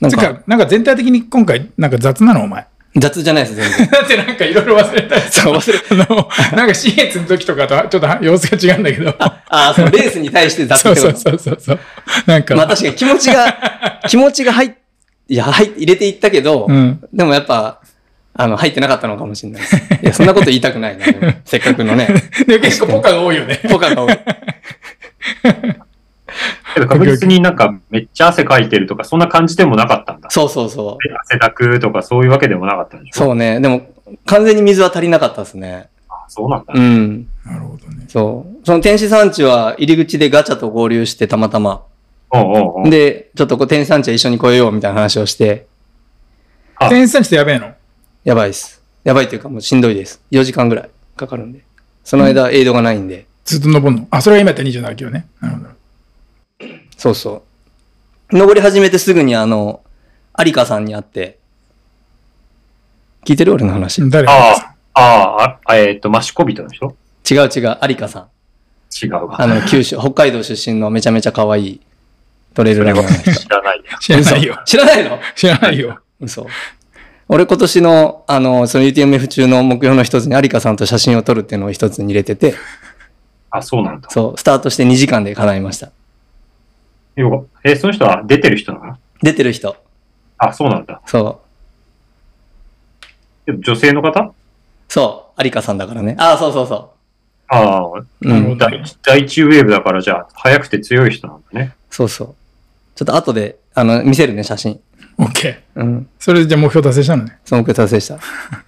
なんか、なんか全体的に今回、なんか雑なのお前。 雑じゃないです、全然。 だってなんかいろいろ忘れたりさ。 そう、忘れあの、なんか新越の時とかとちょっと様子が違うんだけど。 ああ、そう、レースに対して雑ってこと。 そうそうそうそう。なんか。 まあ確かに気持ちが、気持ちが入っ、いや、入入れていったけど、うん、でもやっぱ、あの、入ってなかったのかもしれないです。いや、そんなこと言いたくないな、でもせっかくのね。 で結構ポカが多いよね。 ポカが多い。 けど確実になんかめっちゃ汗かいてるとかそんな感じでもなかったんだ。 そうそうそう。 汗だくとかそういうわけでもなかったんでしょ。 そうね。でも完全に水は足りなかったですね。 あ、そうなんだ。 うん。 なるほどね。 そう。その天使山地は入り口でガチャと合流してたまたま。 おうおうおう。 で、ちょっとこう天使山地は一緒に来ようみたいな話をして。 天使山地ってやべえの？ やばいです。やばいというかもうしんどいです。よじかんぐらいかかるんで。その間、エイドがないんで。 ずっと登るの？あ、それが今やったらにじゅうななキロね。なるほど。 そうそう。登り始めてすぐにあの、有香さんに会って、聞いてる俺の話。 誰？ ああ、あ、えっと、マシコビトの人？ 違う違う、有香さん。 違うわ。 あの、九州、北海道出身のめちゃめちゃ可愛いトレイルランナーの人。 知らない。 知らないよ。 知らないの？ 知らないよ。 嘘。俺今年の、あの、その ユーティーエムエフ 中の目標の一つに有香さんと写真を撮るっていうのを一つに入れてて。 あ、そうなんだ。 そう、スタートしてにじかんで叶いました。 よえ、その人は出てる人なの？ 出てる人。 あ、そうなんだ。 そう。 女性の方？ そう、有香さんだからね。あ、そうそうそあああ、うん、第, 第一ウェーブだからじゃあ、速くて強い人なんだね。 そうそう。ちょっと後で、あの、見せるね、写真。 オッケー。 うん。 それでじゃあ目標達成したのね。 その目標達成した。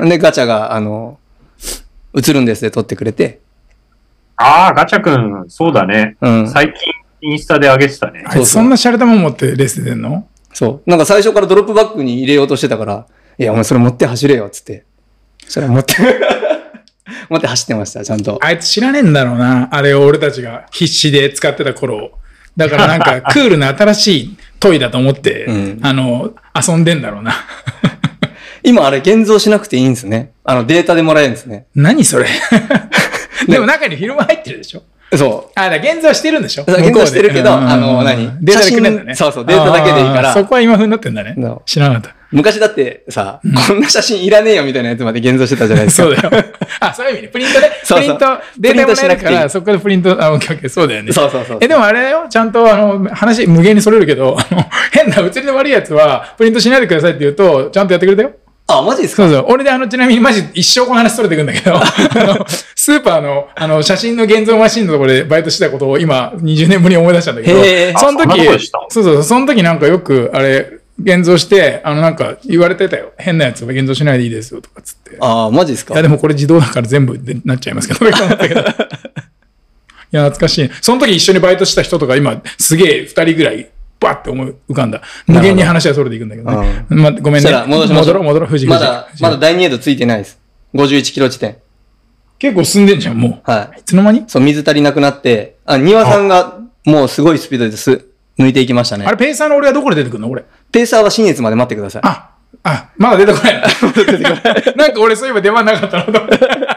で、ガチャが、あの、映るんですで撮ってくれて。 ああ、ガチャくん、そうだね。うん。最近、インスタで上げてたね。 あいつそんな洒落たもん持ってレースで出んの？ そう。なんか最初からドロップバッグに入れようとしてたから、いや、お前それ持って走れよ、つって。それ持って、持って走ってました、ちゃんと。 あいつ知らねえんだろうな。あれを俺たちが必死で使ってた頃を。だからなんかクールな新しいトイだと思って、うん、あの、遊んでんだろうな。 今あれ現像しなくていいんですね。あのデータでもらえるんですね。 何それでも中にフィルム入ってるでしょ？ そう。 あ、だ現像してるんでしょ？ 現像してるけど、あの、何データでくれんだね。 そうそう、データだけでいいから。 そこは今風になってんだね。知らなかった。 昔だってさ、うん、こんな写真いらねえよみたいなやつまで現像してたじゃないですか。 そうだよ。あ、そういう意味ね。プリントで、プリント、データもらえるから、そこでプリント、あ、オッケーオッケー、そうだよね。 そうそうそう。 え、でもあれだよ、ちゃんとあの、話無限にそれるけど、あの、変な写りの悪いやつは、プリントしないでくださいって言うと、ちゃんとやってくれたよ。 あ、マジですか？ そうそう。俺であの、ちなみにマジ一生この話取れてくんだけど、あの、スーパーの、あの、写真の現像マシンのところでバイトしてたことを今、にじゅうねんぶりに思い出したんだけど、 へー、 その時、 そうそう、その時なんかよく、あれ、現像して、あのなんか言われてたよ。変なやつは現像しないでいいですよとかつって。 ああ、マジですか？ いやでもこれ自動だから全部でなっちゃいますけど。いや、懐かしい。その時一緒にバイトした人とか今、すげえ二人ぐらい、バッて思い浮かんだ。無限に話はそれでいくんだけどね。ま、ごめんね。 戻しましょう。 戻ろう、戻ろう、藤井まだ、まだ第二エイドついてないです。ごじゅういちキロ地点。 結構進んでんじゃん、もう。はい。 いつの間に？ そう、水足りなくなって、あ、庭さんがもうすごいスピードです。抜いていきましたね。 あれ、ペーサーの俺はどこで出てくるの俺。 ペーサーは新越まで待ってください。 あ、あ、まだ出てこないな。なんか俺そういえば出番なかったのと。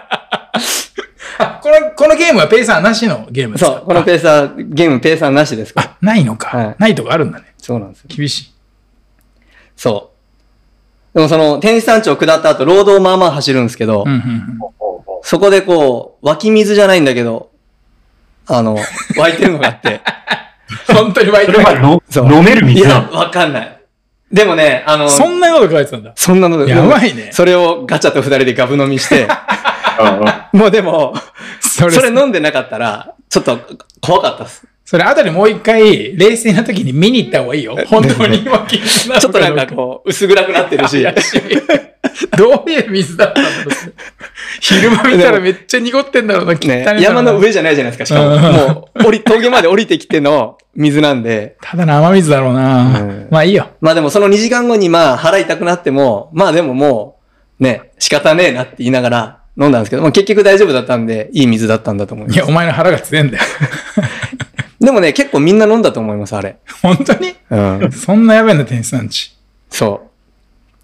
あ、この、このゲームはペーサーなしのゲームですか？ そう、このペーサー、ゲームペーサーなしですか？ あ、ないのか。はい、ないとこあるんだね。 そうなんですよ。 厳しい。 そう。でもその、天使山地を下った後、ロードをまあまあ走るんですけど、うんうんうん、そこでこう、湧き水じゃないんだけど、あの、湧いてるのがあって、 本当に湧いてる。 飲める水なの？ いや、わかんない。でもね、あの、 そんな喉乾いてたんだ。 そんな喉。 やばいね。 それをガチャと二人でガブ飲みして、もうでも、それ、それ飲んでなかったら、ちょっと怖かったっす。 それ後でもう一回、冷静な時に見に行った方がいいよ。本当に湧き水なのか。 ちょっとなんかこう、薄暗くなってるし。 どういう水だったんだろう。昼間見たらめっちゃ濁ってんだろうな、 ね、山の上じゃないじゃないですか、しかも。もう、降り、峠まで降りてきての水なんで。 ただの雨水だろうな、うん、まあいいよ。 まあでもそのにじかんごにまあ腹痛くなっても、まあでももう、ね、仕方ねえなって言いながら飲んだんですけど、まあ結局大丈夫だったんで、いい水だったんだと思います。 いや、お前の腹が強えんだよ。 でもね、結構みんな飲んだと思います、あれ。 本当に？うん。そんなやべえんだ、天使さんち。 そう。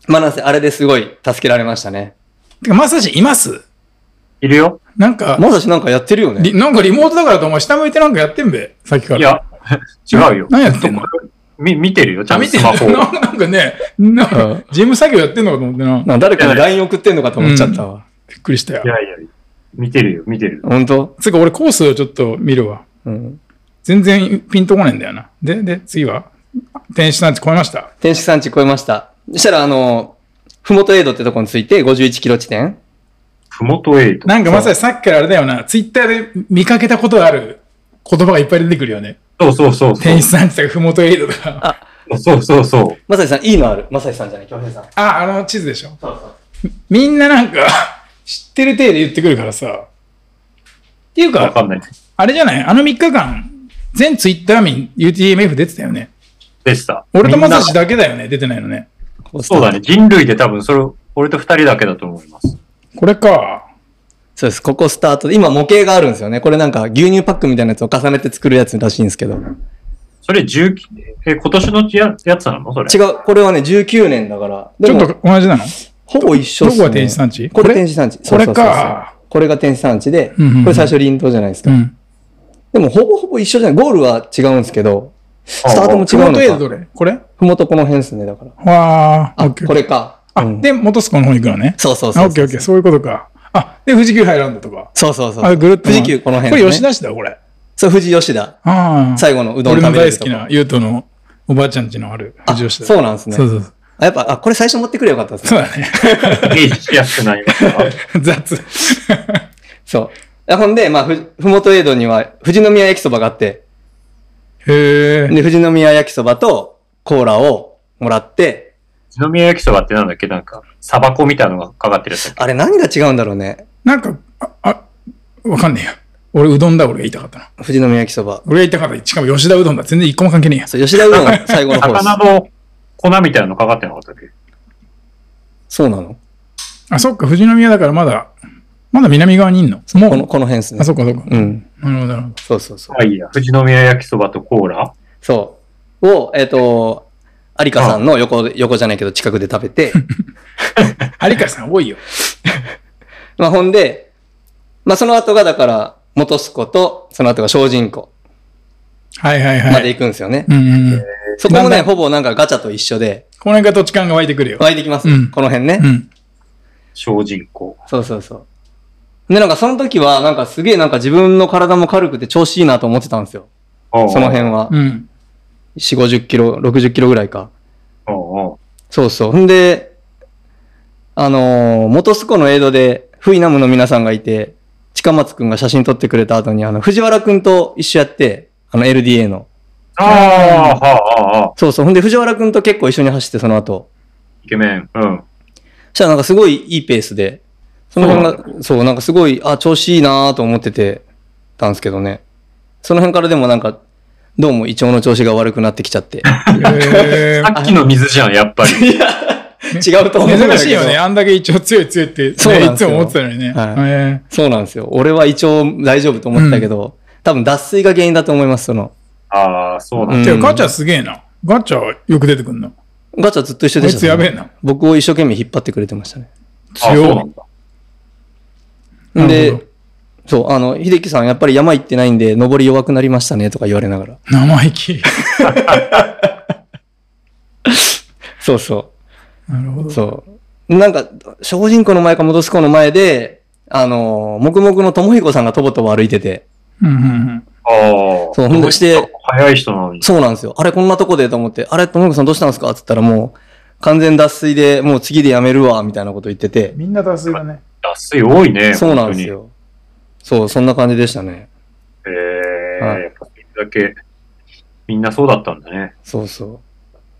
まあなんせ、あれですごい助けられましたね。 てか、まさしいます？ いるよ。 なんか。 まさしなんかやってるよね。 なんかリモートだからとお前下向いてなんかやってんべ、さっきから。 いや、違うよ。 何やってんの？ み、見てるよ、ちゃんとスマホ。 なんかね、なんか、事務作業やってんのかと思ってな。 なん誰かに ライン 送ってんのかと思っちゃったわ。うん、 びっくりしたよ。 いやいや、見てるよ、見てる。 本当？ つうか俺コースをちょっと見るわ。うん。全然ピンとこないんだよな。で、で、次は天使山地超えました。 天使山地超えました。そしたら、あの、ふもとエイドってとこについてごじゅういちキロ地点。 ふもとエイドなんかまさにさっきからあれだよな、ツイッターで見かけたことある言葉がいっぱい出てくるよね。 そうそうそうそう。 天使山地とかふもとエイドとか。 あ、そうそうそう。 まさにさん、いいのある。まさにさんじゃない、京平さん。 あ、あの地図でしょ。 そうそう。 みんななんか、知ってる体で言ってくるからさ。っていうか、 わかんない。 あれじゃないあのみっかかん、全ツイッター民 ユーティーエムエフ 出てたよね。 でした。 俺とまさしだけだよね、出てないのね。 そうだね。人類で多分それ、俺と二人だけだと思います。 これか。 そうです。ここスタートで、今模型があるんですよね。これなんか牛乳パックみたいなやつを重ねて作るやつらしいんですけど。 それじゅう、え、今年のややつなのそれ。 違う。これはね、じゅうきゅうねんだから。 ちょっと同じなの？ ほぼ一緒っすね。 どこが天使山地？ これ天使山地。 これか。 これが天使山地で、これ最初林道じゃないですか。うん、でもほぼほぼ一緒じゃない。ゴールは違うんですけど、スタートも違うのか。 ふもとエイドどれ？これ？ ふもとこの辺ですね、だから。 わあ、これか。 あ、で、元栖湖の方に行くのね。 そうそうそう。 オッケーオッケー、そういうことか。あ、で、富士急ハイランドとか。 そうそうそう。 あ、ぐるっと。 富士急この辺。 これ吉田市だ、これ。 そう、富士吉田。ああ。最後のうどん食べるとこ。 俺の大好きな、ゆうとのおばあちゃん家のある富士吉田。 そうなんですね。 そうそうそう。 あ、やっぱ、あ、これ最初持ってくれよかったですね。そうだね。 イメージしやすくない。 雑。 そう。 ほんで、まあ、ふ、ふもとエイドには富士宮焼きそばがあって、 へえ。 で、富士宮焼きそばとコーラをもらって、 富士宮焼きそばってなんだっけなんか、サバ粉みたいなのがかかってるやつだっけ。 あれ何が違うんだろうね。 なんか、あ、あ、わかんねえよ。俺、うどんだ、俺が言いたかったな。 富士宮焼きそば。 俺が言いたかった。しかも吉田うどんだ。全然一個も関係ねえや。 そう、吉田うどん最後の方です。 魚の粉みたいなのかかってなかったっけ。 そうなの？ あ、そっか、富士宮だからまだ、まだ南側にいんの？もうこの、この辺ですね。 あ、そっかそっか。 うん。 なるほど、なるほど。 そうそうそう。 あ、いいや。富士宮焼きそばとコーラそう。を、えっ、ー、と、有香さんの横、横じゃないけど近くで食べて。 有香さん多いよ。 まあ、ほんで、まあ、その後がだから、元栖湖と、その後が精進湖。 はいはいはい。 まで行くんですよね。 うんうんうん。 そこもね、ほぼなんかガチャと一緒で。 この辺が土地感が湧いてくるよ。 湧いてきます。うん、この辺ね。 うん。 精進湖。 そうそうそう。で、なんかその時は、なんかすげえなんか自分の体も軽くて調子いいなと思ってたんですよ。その辺は。うん。よんじゅう、ごじゅっキロ、ろくじゅっキロぐらいか。そうそう。んで、あのー、元栖湖のエイドで、フイナムの皆さんがいて、近松くんが写真撮ってくれた後に、あの、藤原くんと一緒やって、あの エルディーエー の。 ああ、はあ、はあ。 そうそう。ほんで、藤原くんと結構一緒に走って、その後。 イケメン。うん。 そしたらなんかすごいいいペースで、その辺が、そう、そうなんかすごい、あ、調子いいなーと思っててたんですけどね。その辺からでもなんか、どうも胃腸の調子が悪くなってきちゃって。 さっきの水じゃん、やっぱり。 いや、違うと思うんだけど。 珍しいよね。あんだけ胃腸強い強いって、ね、そうなんですよ。いつも思ってたのにね。 はい、そうなんですよ。俺は胃腸大丈夫と思ってたけど、うん、多分脱水が原因だと思います、その。 ああ、そうなんだ。うん、ガチャすげえな。ガチャよく出てくんの。 ガチャずっと一緒でした、ね。 こいつやべえな。 僕を一生懸命引っ張ってくれてましたね。 強い。で、そう、あの、秀樹さん、やっぱり山行ってないんで、登り弱くなりましたね、とか言われながら。 生意気。 そうそう。 なるほど。 そう。なんか、精進湖の前か元栖湖の前で、あの、黙々の友彦さんがとぼとぼ歩いてて。 うんうんうん。 ああ。 そう、ほんでして、 早い人なのに。 そうなんですよ。あれ、こんなとこでと思って、あれ、友彦さんどうしたんですかって言ったらもう、完全脱水で、もう次でやめるわ、みたいなこと言ってて。 みんな脱水だね。 脱水多いね。 そうなんですよ。そう、そんな感じでしたね。 へえ、はい、やっぱそれだけ、みんなそうだったんだね。 そうそう。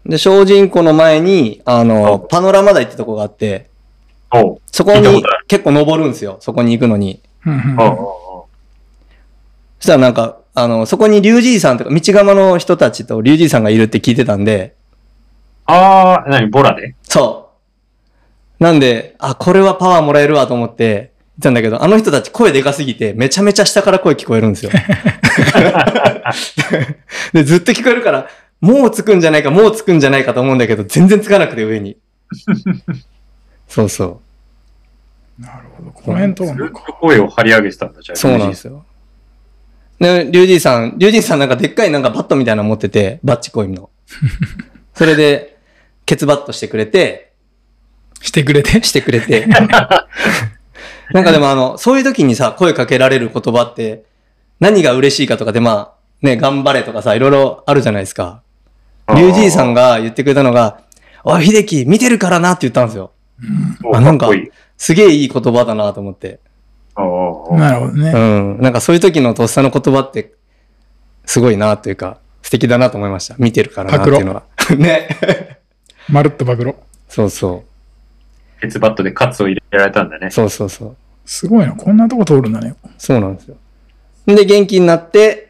で、精進湖の前に、あの、パノラマ台ってとこがあって、そこに結構登るんですよ。そこに行くのに。そしたらなんか、あの、そこに龍爺さんとか、道釜の人たちと龍爺さんがいるって聞いてたんで。 ああ、何ボラで？ そう。なんで、あ、これはパワーもらえるわと思って、言ったんだけど、あの人たち声でかすぎて、めちゃめちゃ下から声聞こえるんですよ。で、ずっと聞こえるから、もうつくんじゃないか、もうつくんじゃないかと思うんだけど、全然つかなくて上に。そうそう。 なるほど。この辺とずっと声を張り上げてたんだ、じゃあ。 そうなんですよ。で、リュウジーさん、リュウジーさんなんかでっかいなんかバットみたいなの持ってて、バッチコイの。それで、ケツバットしてくれて、 してくれてしてくれて。なんかでもあの、そういう時にさ、声かけられる言葉って、何が嬉しいかとかでまあ、ね、頑張れとかさ、いろいろあるじゃないですか。リュウジーさんが言ってくれたのが、おい、秀樹、見てるからなって言ったんですよ。 うん、 あ、なんか、すげえいい言葉だなと思って。 なるほどね。 うん。なんかそういう時のとっさの言葉って、すごいなというか、素敵だなと思いました。見てるからなっていうのは。ね。 まるっと暴露。 そうそう。 ケツバットでカツを入れられたんだね。 そうそうそう。 すごいな。こんなとこ通るんだね。 そうなんですよ。で、元気になって、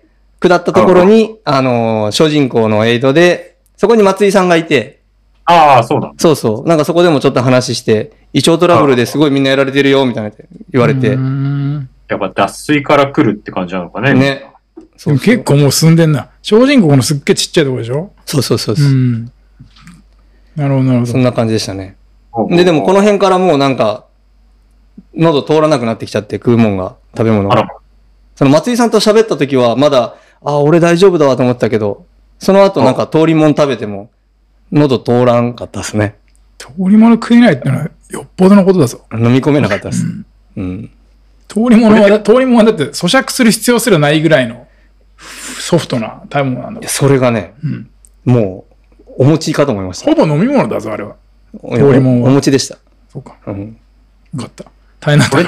下ったところに、あのー、精進湖のエイドで、そこに松井さんがいて、 ああ、そうだ。 そうそう。なんかそこでもちょっと話して、胃腸トラブルですごいみんなやられてるよ、みたいな言われて。 やっぱ脱水から来るって感じなのかね。 ね。 そうそう結構もう進んでんな。精進湖このすっげえちっちゃいところでしょ？ そうそうそうそう。 うん。なるほど、なるほど。 そんな感じでしたね。で、でもこの辺からもうなんか、喉通らなくなってきちゃって、食うもんが、食べ物が。その松井さんと喋った時はまだ、あ、俺大丈夫だわと思ったけど、その後なんか通りもん食べても、喉通らんかったですね。 通り物食えないってのはよっぽどのことだぞ。 飲み込めなかったです。うん。うん、 通り物は、通り物はだって咀嚼する必要すらないぐらいのソフトな食べ物なんだ。 それがね、うん、もう、お餅かと思いました。 ほぼ飲み物だぞ、あれは。 通り物は。お餅でした。 そうか。 うん。 よかった。大変なこれって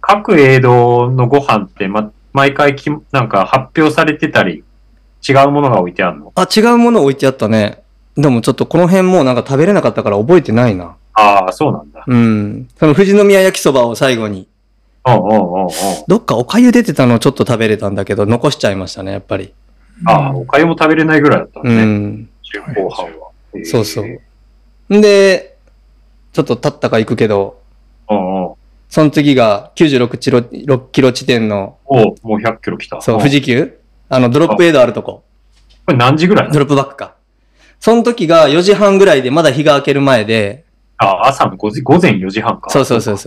各エイドのご飯って、ま、毎回き、なんか発表されてたり、違うものが置いてあるの？ あ、違うもの置いてあったね。でもちょっとこの辺もうなんか食べれなかったから覚えてないな。 ああ、そうなんだ。 うん。その富士宮焼きそばを最後に。 うんうんうんうん。 どっかお粥出てたのちょっと食べれたんだけど、残しちゃいましたね、やっぱり。 ああ、お粥も食べれないぐらいだったんね。 うん。 中後半は。 そうそう。んで、ちょっと経ったか行くけど、 うんうん。 その次がきゅうじゅうろくキロ、ろっキロ地点の、 おもうひゃっキロ来た。 そう、富士急あの、ドロップエイドあるとこ。 これ何時ぐらいドロップバックか。その時がよじはんぐらいで、まだ日が明ける前で。 あ、朝のごじ、午前よじはんか。 そうそうそうそう。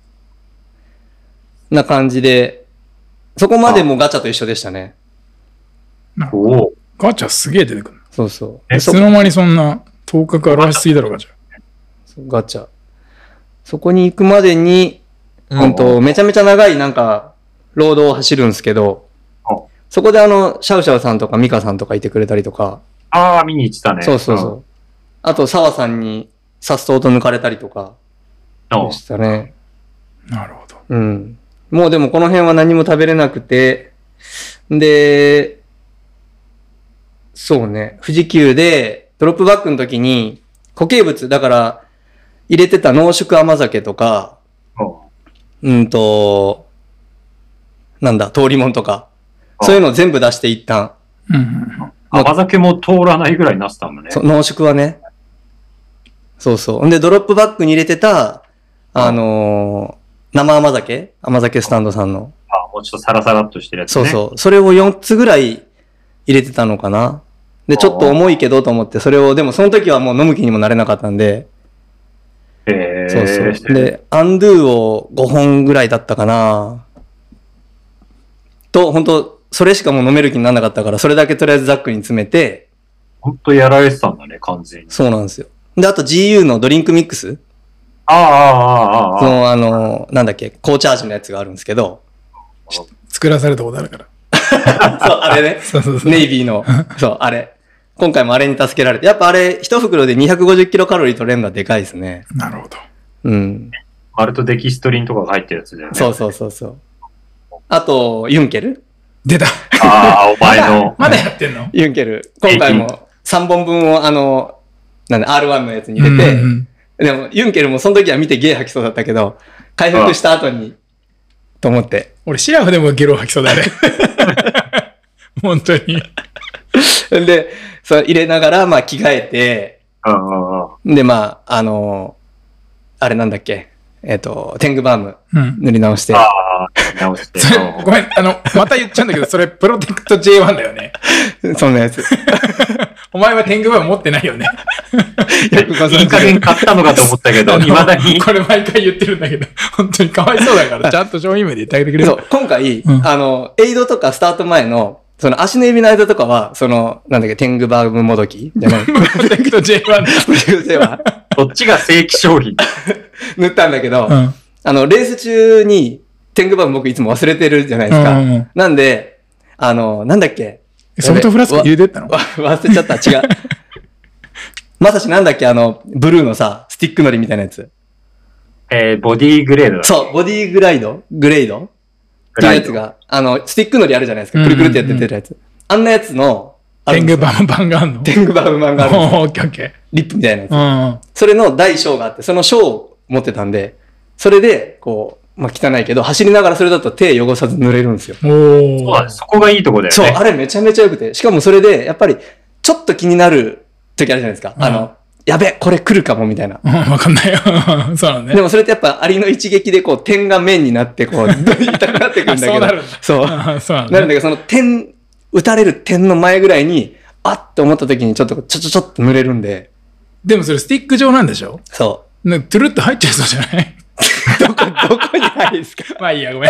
な感じで、そこまでもガチャと一緒でしたね。 おお。 ガチャすげえ出てくる。 そうそう。 いつの間にそんな、頭角表しすぎだろ、ガチャ。 ガチャ。そこに行くまでに、うんと、めちゃめちゃ長いなんか、ロードを走るんですけど、そこであの、シャウシャウさんとかミカさんとかいてくれたりとか。 ああ、見に行ってたね。 そうそうそう。うん、あと、澤さんにさっそうと抜かれたりとか、でしたね。 なるほど。 うん。もうでもこの辺は何も食べれなくて、で、そうね、富士急でドロップバックの時に固形物、だから入れてた濃縮甘酒とか、うん、うんと、なんだ、通りもんとか、そういうのを全部出して一旦。 うん、 甘酒も通らないぐらいなったんだね。 そう、濃縮はね。そうそう。んで、ドロップバックに入れてた、あのー、生甘酒甘酒スタンドさんの。 あ、もうちょっとサラサラっとしてるやつね。 そうそう。それをよっつぐらい入れてたのかな。で、ちょっと重いけどと思って、それを、でもその時はもう飲む気にもなれなかったんで。 へー。 そうそう。で、アンドゥをごほんぐらいだったかな。と、本当それしかもう飲める気にならなかったから、それだけとりあえずザックに詰めて。 ほんとやられてたんだね、完全に。 そうなんですよ。で、あと ジーユー のドリンクミックス。 ああ、ああ、ああ。 その、あの、なんだっけ、紅茶味のやつがあるんですけど。 作らされたことあるから。 そう、あれね。 そうそうそう。 ネイビーの。そう、あれ。今回もあれに助けられて。やっぱあれ、一袋でにひゃくごじゅっキロカロリー取れるのはでかいですね。 なるほど。 うん。 マルトデキストリンとかが入ってるやつだよね。 そうそうそうそう。あと、ユンケル出た。 ああ、お前の。 まだやってんの？ ユンケル。今回もさんぼんぶんをあの、なんだ、アールワン のやつに入れて、うんうん、でも、ユンケルもその時は見てゲー吐きそうだったけど、回復した後に、と思って。 俺、シラフでもゲロ吐きそうだね。本当に。 で、そう入れながら、まあ、着替えて、で、まあ、あの、あれなんだっけ、えっと、テングバーム塗り直して。 うん、ああ、塗り直して。 ごめん、あの、また言っちゃうんだけど、それ、プロテクト ジェイワン だよね。 そんなやつ。 お前はテングバーム持ってないよね。 いい加減買ったのかと思ったけど、未だに。 これ毎回言ってるんだけど、本当にかわいそうだから、ちゃんと商品名で言ってあげてくれる。 そう、今回、うん、あの、エイドとかスタート前の、その足の指の間とかは、その、なんだっけ、テングバームもどきじゃない。 プロテクト ジェイワン だ。 プロテクト ジェイワン。 こっちが正規商品。 塗ったんだけど、 うん、 あの、レース中に、テングバーム僕いつも忘れてるじゃないですか。うんうん、なんで、あの、なんだっけ。 ソフトフラスク入れてったの？ 忘れちゃった。違う。まさしなんだっけ、あの、ブルーのさ、スティックのりみたいなやつ。 えー、ボディーグレードだ。 そう、ボディーグライドグレードっていうやつが、あの、スティックのりあるじゃないですか。くるくるってやっててるやつ。あんなやつの、 テングバーム版があるの？ テングバーム版があるんですよ。 オッケーオッケー。 リップみたいなやつ。 うんうん、 それの大小があって、その小を持ってたんで、それで、こう、まあ、汚いけど、走りながらそれだと手汚さず塗れるんですよ。 おー。 そうだ、そこがいいとこだよね。 そう、あれめちゃめちゃ良くて。しかもそれで、やっぱり、ちょっと気になる時あるじゃないですか。うん、あの、やべ、これ来るかも、みたいな。 うん、わかんないよ。そうなんね。 でもそれってやっぱ、アリの一撃でこう、点が面になって、こう、痛くなってくるんだけど。 そうなるんだ。 そう。 そうなんだ。 なるんだけど、その点、打たれる点の前ぐらいに、あっと思った時にちょっと、ちょちょちょっと塗れるんで。 でもそれスティック状なんでしょ？ そう。 なんかトゥルッと入っちゃいそうじゃない？ どこ、どこに入るんですか？ まあいいや、ごめん。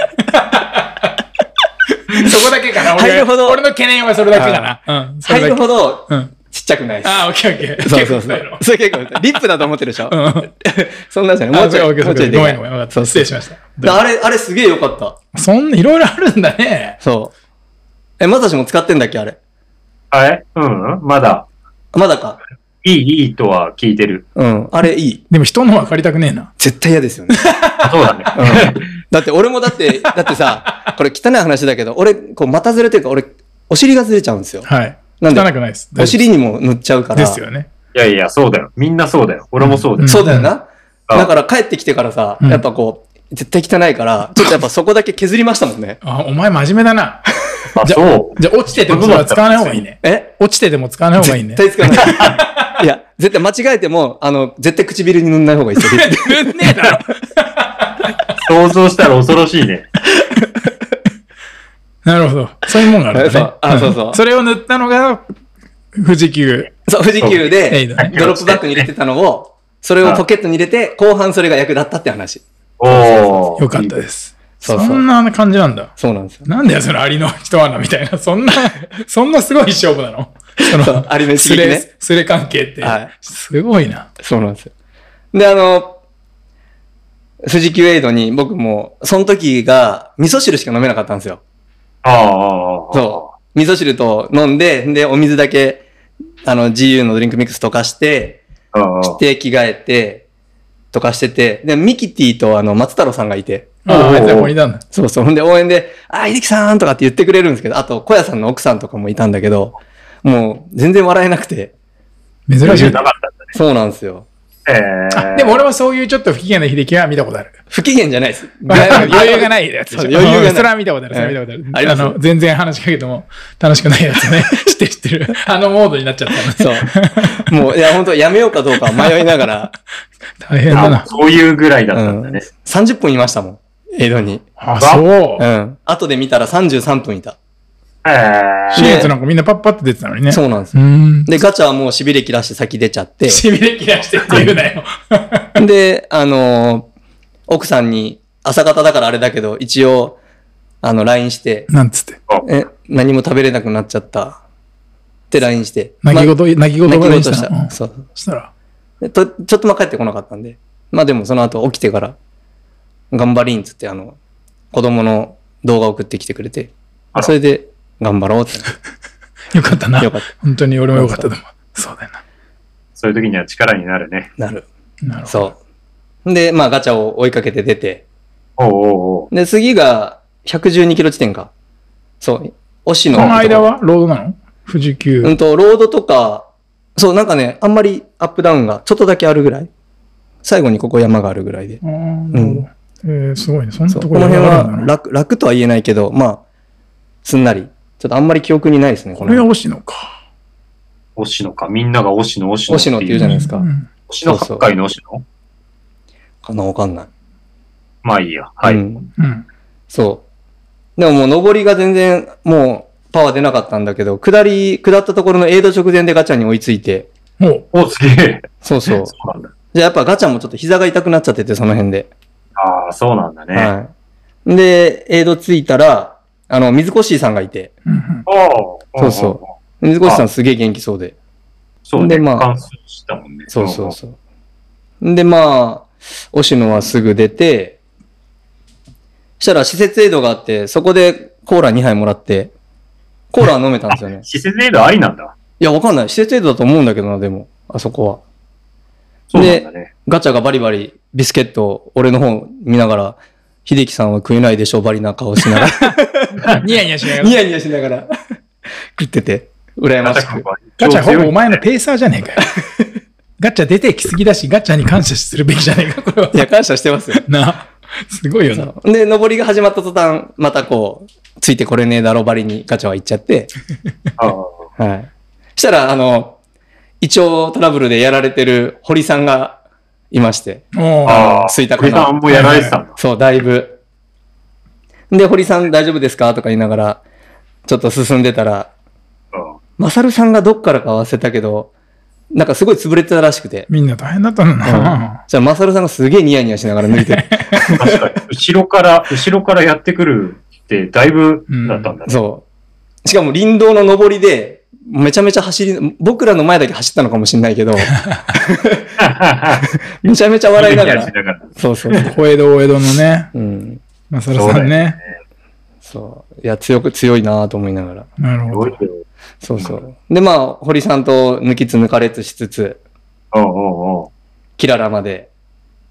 そこだけかな。俺入るほど。 俺の懸念はそれだけかな。うん。 入るほど、 うん。 ちっちゃくないです。 ああ、オッケーオッケー。 そうそうそう。それ結構、リップだと思ってるでしょ？うん。そんなんじゃない。もうちょい、もうちょいでかい。 ごめんごめん。失礼しました。 あれ、あれすげえ良かった。 そんな、いろいろあるんだね。 そう。え、まさしも使ってんだっけあれ。 あれうん、まだ。 まだか。 いい、いいとは聞いてる。 うん。あれいい。 でも人のは借りたくねえな。 絶対嫌ですよね。 そうだね。 だって俺もだって、だってさ、これ汚い話だけど、俺、こう股ずれというか、俺、お尻がずれちゃうんですよ。 はい。 なんで汚くないです。 お尻にも塗っちゃうから。 ですよね。 いやいや、そうだよ。みんなそうだよ。俺もそうだよ。 うん、そうだよな。だから帰ってきてからさ、やっぱこう、絶対汚いから、ちょっとやっぱそこだけ削りましたもんね。 あ、お前真面目だな。 あ、 じゃそう。 じゃあ落ちててもそれは使わない方がいいね。 え落ちてても使わない方がいいね。 絶対使わない。いや、絶対間違えても、あの、絶対唇に塗んない方がいいですよ。 塗んねえだろ。 想像したら恐ろしいね。 なるほど。そういうもんがあるんだね。 あ、そうそう。 それを塗ったのが、富士急。 そう、富士急で、ドロップバッグに入れてたのを、それをポケットに入れて、後半それが役立ったって話。 おー。よかったです。そうそう。そんな感じなんだ。 そうなんですよ。 なんだよ、そのアリの一穴みたいな。そんな、そんなすごい勝負なのその、 アリの一撃ね。 スレ関係って。はい。すごいな。 そうなんですよ。で、あの、富士急エイドに僕も、その時が、味噌汁しか飲めなかったんですよ。 ああ。 そう。味噌汁と飲んで、で、お水だけ、あの、ジーユー のドリンクミックス溶かして、着て着替えて、溶かしてて、で、ミキティとあの、松太郎さんがいて。 ああ、あいつはここにいたんだ。 そうそう。ほんで、応援で、あ、秀樹さんとかって言ってくれるんですけど、あと、小屋さんの奥さんとかもいたんだけど、もう、全然笑えなくて。 珍しい。 なかったんだね。 そうなんですよ。 えー、 でも俺はそういうちょっと不機嫌な秀樹は見たことある。 不機嫌じゃないです。 余裕がないやつ。 余裕がない。 それは見たことある。それは見たことある。 ありますあの、全然話しかけても楽しくないやつね。知ってる知ってる。あのモードになっちゃったのね。そう。もう、いや、本当やめようかどうか迷いながら。 大変だな。 そういうぐらいだったんだね。 さんじゅっぷんいましたもん。江戸に。 あ、そう。 うん。後で見たらさんじゅうさんぷんいた。 手術なんかみんなパッパって出てたのにね。 そうなんですよ。で、ガチャはもう痺れ切らして先出ちゃって。 痺れ切らしてって言うなよ。 で、あのー、奥さんに、朝方だからあれだけど、一応、あの、ライン して。 なんつって。 え、何も食べれなくなっちゃった。って ライン して。 泣き言、ま、泣き言がした。うん、そう。 そしたらと、ちょっとま帰ってこなかったんで。まあでもその後起きてから、頑張りんつってあの、子供の動画送ってきてくれて、それで頑張ろうって。 よかったな。 よかった。 本当に俺もよかったと思う。そうだよな。 そういう時には力になるね。 なる。 なるほど。 そう。で、まあガチャを追いかけて出て。 おうおうおう。 で、次がひゃくじゅうにキロ地点か。そう。押野。 この間はロードなの？富士急。 うんと、ロードとか、そう、なんかね、あんまりアップダウンがちょっとだけあるぐらい。最後にここ山があるぐらいで。 ああ、なるほど。えー、すごいね。そんなところこの辺は楽、楽とは言えないけど、まあ、すんなり。ちょっとあんまり記憶にないですね。 これは押野か。 押野か。みんなが押野、押野。 押野って言うじゃないですか。 押野八海の押野かな、わかんない。 まあいいや。はい。うん。 そう。でももう登りが全然、もうパワー出なかったんだけど、下り、下ったところのエイド直前でガチャに追いついて。 おお、すげえ。 そうそう。そうなんだ。じゃあやっぱガチャもちょっと膝が痛くなっちゃってて、その辺で。 ああ、そうなんだね。 はい。で、エイド着いたら、あの、水越さんがいて。 おそうそう。水越さんすげえ元気そうで。 そうね。 で、まあ、したもんね。 そうそうそう。で、まあ、押野はすぐ出て、したら施設エイドがあって、そこでコーラにはいもらって、コーラは飲めたんですよね。 施設エイドありなんだ。 いや、わかんない。施設エイドだと思うんだけどな、でも、あそこは。 そうなんだね。 で、ガチャがバリバリビスケットを俺の方見ながら、秀樹さんは食えないでしょ、バリな顔しながら。 ニヤニヤしながら。 ニヤニヤしながら食ってて、羨ましく。 ガチャほぼお前のペーサーじゃねえかよ。ガチャ出てきすぎだし、ガチャに感謝するべきじゃねえか、これは。 いや、感謝してますよ。 な。すごいよな。 で、登りが始まった途端、またこう、ついてこれねえだろばりにガチャは行っちゃって。はい。したら、あの、胃腸トラブルでやられてる堀さんがいまして。 ああ、 すいたかな。 堀さんもやられてたんだ。 そう、だいぶ。で、堀さん大丈夫ですかとか言いながら、ちょっと進んでたら、マサルさんがどっからか忘れたけど、なんかすごい潰れてたらしくて。 みんな大変だったのな。 うん、じゃあ、マサルさんがすげえニヤニヤしながら抜いてる。 確かに。後ろから、後ろからやってくるってだいぶだったんだね、 うん。そう。しかも林道の上りで、めちゃめちゃ走り、僕らの前だけ走ったのかもしれないけど、めちゃめちゃ笑いながら。そうそう。 小江戸大江戸のね。 うん。 マサルさんね。 そう。いや、強く、強いなぁと思いながら。 なるほど。 そうそう。で、まあ、堀さんと抜きつ抜かれつしつつ、 おうおうおうキララまで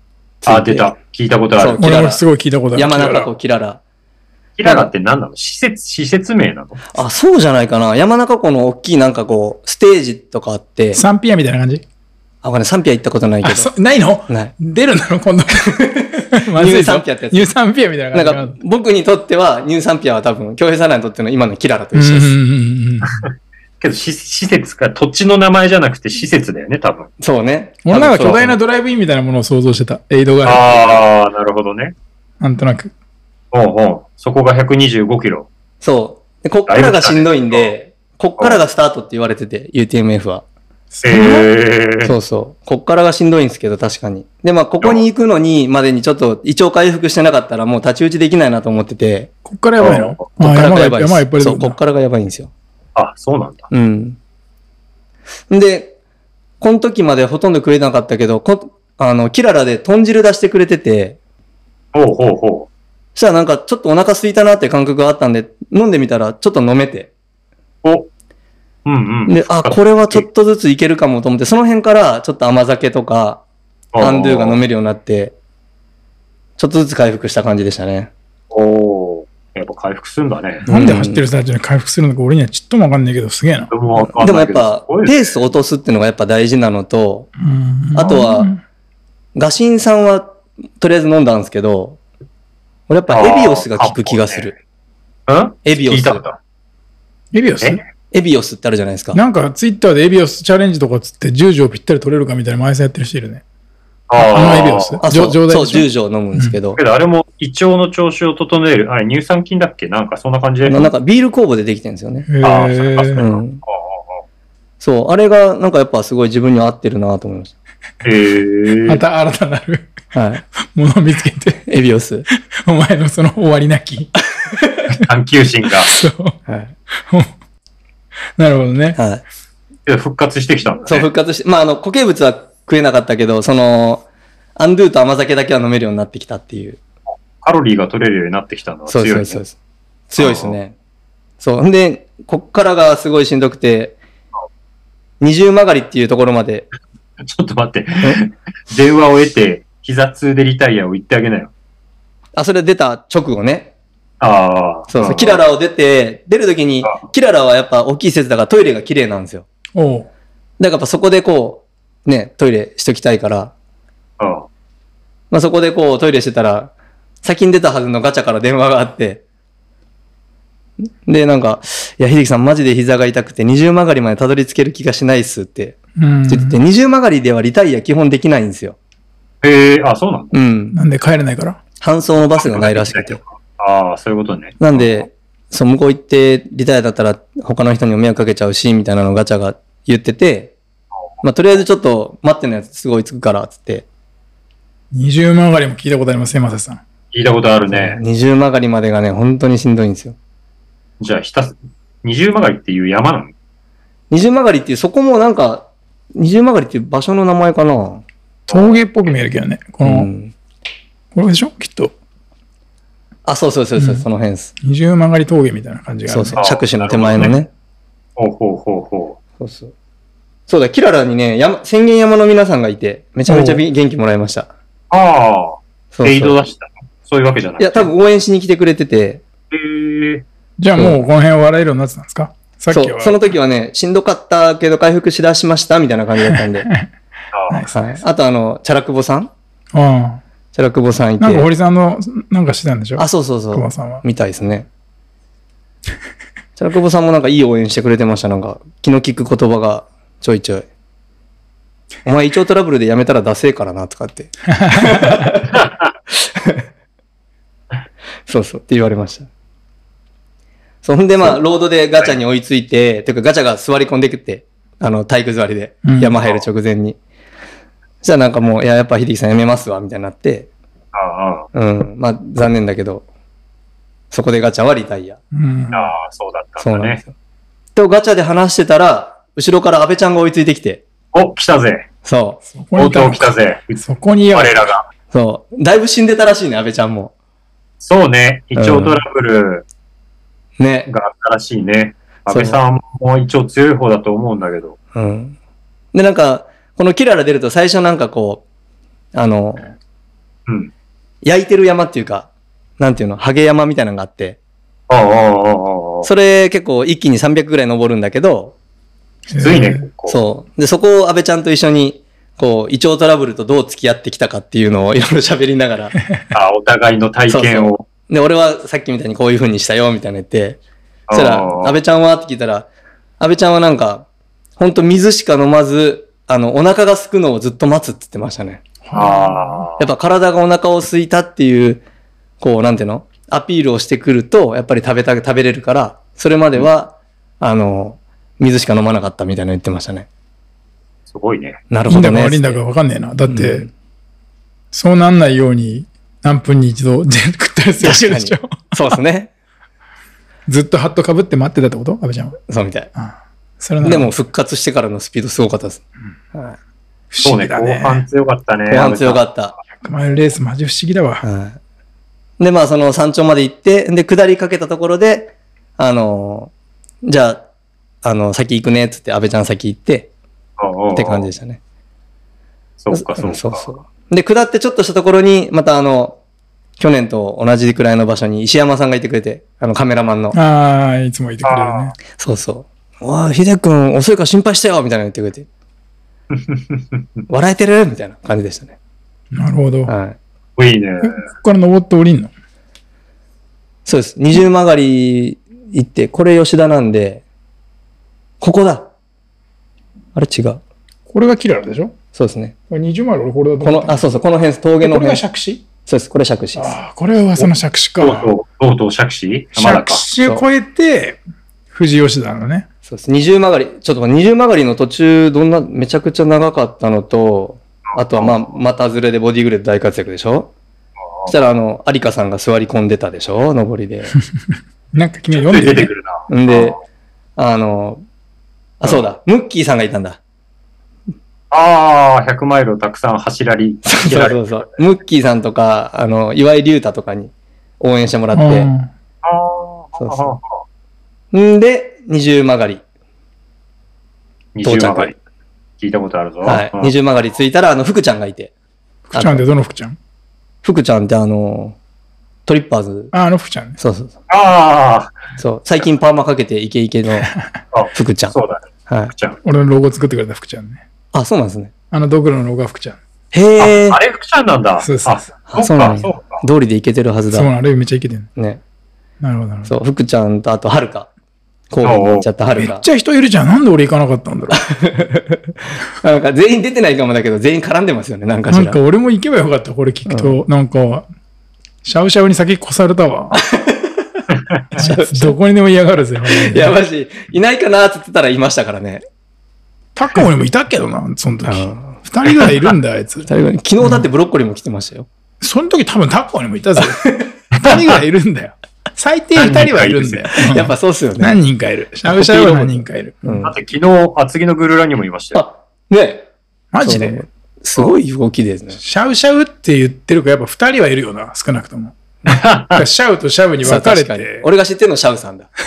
ついて。 あ、出た。聞いたことある。 俺もすごい聞いたことある。 山中湖キララ。 キララって何なの？施設、施設名なの？ あ、そうじゃないかな。山中湖の大きいなんかこう、ステージとかあって。 サンピアみたいな感じ？ あ、これサンピア行ったことないけど。 ないの？ ない。 出るんだろ、今度。 ニューサンピアってやつ。 ニューサンピアみたいな感じ。 なんか、僕にとっては、ニューサンピアは多分、京平さんらにとっての今のキララと一緒です。 けど、施設か、土地の名前じゃなくて施設だよね、多分。 そうね。 俺なんか巨大なドライブインみたいなものを想像してた。エイドが。 ああ、なるほどね。 なんとなく。 おうおう。そこがひゃくにじゅうごキロ。 そう。でこっからがしんどいんで、こっからがスタートって言われてて、ユーティーエムエフ は。 へー。 そうそう。こっからがしんどいんですけど、確かに。で、まあ、ここに行くのに、までにちょっと胃腸回復してなかったら、もう太刀打ちできないなと思ってて。 こっからやばいの？ こっからがやばいです。 山がいっぱい出てくるんだ。 そう、こっからがやばいんですよ。 あ、そうなんだ。 うん。で、この時までほとんど食えなかったけど、こあの、キララで豚汁出してくれてて。 ほうほうほう。 そしたらなんかちょっとお腹空いたなって感覚があったんで、飲んでみたらちょっと飲めて。 お。うんうん。 で、あ、これはちょっとずついけるかもと思って、その辺からちょっと甘酒とか、アンドゥが飲めるようになって、ちょっとずつ回復した感じでしたね。 おー。やっぱ回復するんだね。 なんで走ってる人たちに回復するのか俺にはちっともわかんないけど、すげえな。 でもやっぱ、ペース落とすっていうのがやっぱ大事なのと、あとは、ガシンさんはとりあえず飲んだんですけど、俺やっぱエビオスが効く気がする。 うんエビオス。 エビオスエビオスってあるじゃないですか。 なんかツイッターでエビオスチャレンジとかつってじゅう錠ぴったり取れるかみたいな毎朝やってる人いるね。 ああのエビオスあ、そう、そう、じゅう錠飲むんですけど。 けどあれも胃腸の調子を整える、あれ乳酸菌だっけなんかそんな感じで。 なんかビール酵母でできてるんですよね。 ああ、 そう、あれがなんかやっぱすごい自分に合ってるなと思いました。 へえ。 また新たなる。 はい。 ものを見つけて。 エビオス。 お前のその終わりなき。 探求心が。 そう。はい。なるほどね。 はい。 復活してきたんだね。 そう、復活して、まあ、あの、固形物は食えなかったけど、その、アンドゥと甘酒だけは飲めるようになってきたっていう。 カロリーが取れるようになってきたのは強いね。 そうそうそう。強いですね。そう。んで、こっからがすごいしんどくて、二重曲がりっていうところまで。 ちょっと待って。電話を得て、膝痛でリタイアを言ってあげなよ。あ、 それ出た直後ね。 ああ。 そうそう。キララを出て、出るときに、キララはやっぱ大きい施設だからトイレが綺麗なんですよ。 おう。 だからやっぱそこでこう、ね、トイレしときたいから。 ああ。 まあそこでこうトイレしてたら、先に出たはずのガチャから電話があって、で、なんか、いや、秀樹さんマジで膝が痛くて二重曲がりまでたどり着ける気がしないっすって言ってて、二重曲がりではリタイア基本できないんですよ。 へえ、あ、そうなんだ。 うん。 なんで帰れないから？ 搬送のバスがないらしくて。 ああ、そういうことね。 なんで、そう、向こう行ってリタイアだったら他の人にも迷惑かけちゃうし、みたいなのをガチャが言ってて、まあ、とりあえずちょっと待ってのやつすごいつくから、つって。 二重曲がりも聞いたことありますね、マサさん。 聞いたことあるね。 二重曲がりまでがね、本当にしんどいんですよ。 じゃあ、ひたす、二重曲がりっていう山なの？ 二重曲がりっていう、そこもなんか、二重曲がりっていう場所の名前かな。 峠っぽく見えるけどね。この、うん、これでしょきっと。 あ、そうそうそうそう、うん、その辺です。 二重曲がり峠みたいな感じがある、ね。 そうそう、着手の手前のね。 ほうほうほうほう。そうそう。そうだ、キララにね、山、千元山の皆さんがいて、めちゃめちゃ元気もらいました。 ああ。そうそう。エイド出したの？そういうわけじゃない。 いや、多分応援しに来てくれてて。 へえ。 じゃあもうこの辺笑えるようになってたんですか？さっきは。 そう、その時はね、しんどかったけど回復しだしましたみたいな感じだったんで。あ, はい、あとあの、チャラクボさんああ。 チャラクボさんいて。 なんか堀さんの、なんかしてたんでしょ？ あ、そうそうそう。 クボさんは。 みたいですね。チャラクボさんもなんかいい応援してくれてました。なんか、気の利く言葉がちょいちょい。お前胃腸トラブルでやめたらダセえからな、とかって。そうそうって言われました。そんでまあ、ロードでガチャに追いついて、ていうかガチャが座り込んできて、あの、体育座りで、山入る直前に。うん、じゃあなんかもう、いや、やっぱ秀樹さんやめますわ、みたいになって、 ああうん、まあ、残念だけど、そこでガチャはリタイア。 うん、 ああ、そうだったんだね。そうなんですよ。 と、ガチャで話してたら、後ろから安倍ちゃんが追いついてきて。 お、来たぜ。 そう。 そこに来たぜ。 そこに我らが。 そう。だいぶ死んでたらしいね、安倍ちゃんも。 そうね。胃腸トラブル。 ね。 があったらしいね。安倍さんも胃腸強い方だと思うんだけど。 うん。で、なんか、このキララ出ると最初なんかこう、あの、 うん、 焼いてる山っていうか、なんていうの、ハゲ山みたいなのがあって、 ああ、ああ、 それ結構一気にさんびゃくぐらい登るんだけど、 きついね。 そう。で、そこを安倍ちゃんと一緒に、こう、胃腸トラブルとどう付き合ってきたかっていうのをいろいろ喋りながら。 あ、お互いの体験を。そうそうで、俺はさっきみたいにこういう風にしたよ、みたいな言って、そしたら、安倍ちゃんはって聞いたら、安倍ちゃんはなんか、ほんと水しか飲まず、あの、お腹が空くのをずっと待つって言ってましたね。 ああ。 やっぱ体がお腹を空いたっていう、こう、なんていうのアピールをしてくると、やっぱり食べた、食べれるから、それまでは、うん、あの、水しか飲まなかったみたいなの言ってましたね。 すごいね。 なるほどね。 いいんだか悪いんだか分かんねえな。だって、うん、そうなんないように何分に一度全部食ったりするでしょ。 そうですね。 ずっとハットかぶって待ってたってこと安倍ちゃんは。 そうみたい。 ああそれでも復活してからのスピードすごかったです。 うんはい、不思議だね。 後半強かったね。 後半強かった。 ひゃくマイルレースマジ不思議だわ。はい、で、まあその山頂まで行って、で、下りかけたところで、あの、じゃあ、あの、先行くねっつって安倍ちゃん先行って、って感じでしたね。 そうか、そうか。 そうそう。で、下ってちょっとしたところに、またあの、去年と同じくらいの場所に石山さんがいてくれて、あのカメラマンの。 ああ、いつもいてくれるね。 そうそう。わあ、ひでくん遅いから心配したよみたいなの言ってくれて。笑えてるみたいな感じでしたね。 なるほど。 はい。いいね。 ここから登って降りんの？ そうです。二重曲がり行って、これ吉田なんで、ここだ。あれ違う。 これがキララでしょ？ そうですね。 二重マイル俺これだと思った。 この、あ、そうそう、この辺、峠の辺。 これが杓子？ そうです。これ杓子です。 ああ、これは噂の杓子か。 とうとう、とうとう杓子？ 杓子を超えて、富士吉田のね。 そうです。二重曲がり、ちょっと二重曲がりの途中、どんな、めちゃくちゃ長かったのと、あとはまあ、股ずれでボディグレード大活躍でしょ？そしたらあの、有香さんが座り込んでたでしょ？上りで。 なんか君は読んで出てくるな。 んで、あの、あ、そうだ、ムッキーさんがいたんだ。 ああ、ひゃくマイルをたくさん走らり。 そうそうそう。ムッキーさんとか、あの、岩井龍太とかに応援してもらって。 ああ、 そうそう。んで、二重曲がり。 二重曲がり。聞いたことあるぞ。 はい。二重曲がり着いたら、あの、福ちゃんがいて。 福ちゃんってどの福ちゃん？ 福ちゃんってあの、トリッパーズ。 あ、あの福ちゃんね。 そうそうそう。 ああ。 そう。最近パーマかけてイケイケの福ちゃん。 そうだね。 はい。 福ちゃん。 俺のロゴ作ってくれた福ちゃんね。 あ、そうなんですね。 あのドクロのロゴが福ちゃん。 へえ。 あれ福ちゃんなんだ。 そうそうそう。 あ、そうなんだ。通りでイケてるはずだ。 そうなの、あれめっちゃイケてる。 ね。 なるほど、なるほど。そう、福ちゃんとあとはるか。神戸に行っちゃったはるか。 めっちゃ人いるじゃん。なんで俺行かなかったんだろう。なんか全員出てないかもだけど、全員絡んでますよね、なんかしら。 なんか俺も行けばよかった、これ聞くと。うん、なんか、シャウシャウに先越されたわ。どこにでも嫌がるぜ。 いや、マジ、いないかなって言ってたらいましたからね。 タッカモにもいたけどな、その時。二人ぐらいいるんだ、あいつ。 昨日だってブロッコリーも来てましたよ。 うん、その時多分タッカモにもいたぜ。二人ぐらいいるんだよ。最低二人はいるんだよ。 やっぱそうっすよね。 何人かいる。シャウシャウは何人かいる。 うん、だって昨日、厚木のグルラにもいましたよ。 あ、ねマジですごい動きですね。 シャウシャウって言ってるからやっぱ二人はいるよな、少なくとも。シャウとシャウに分かれて。 俺が知ってるのシャウさんだ。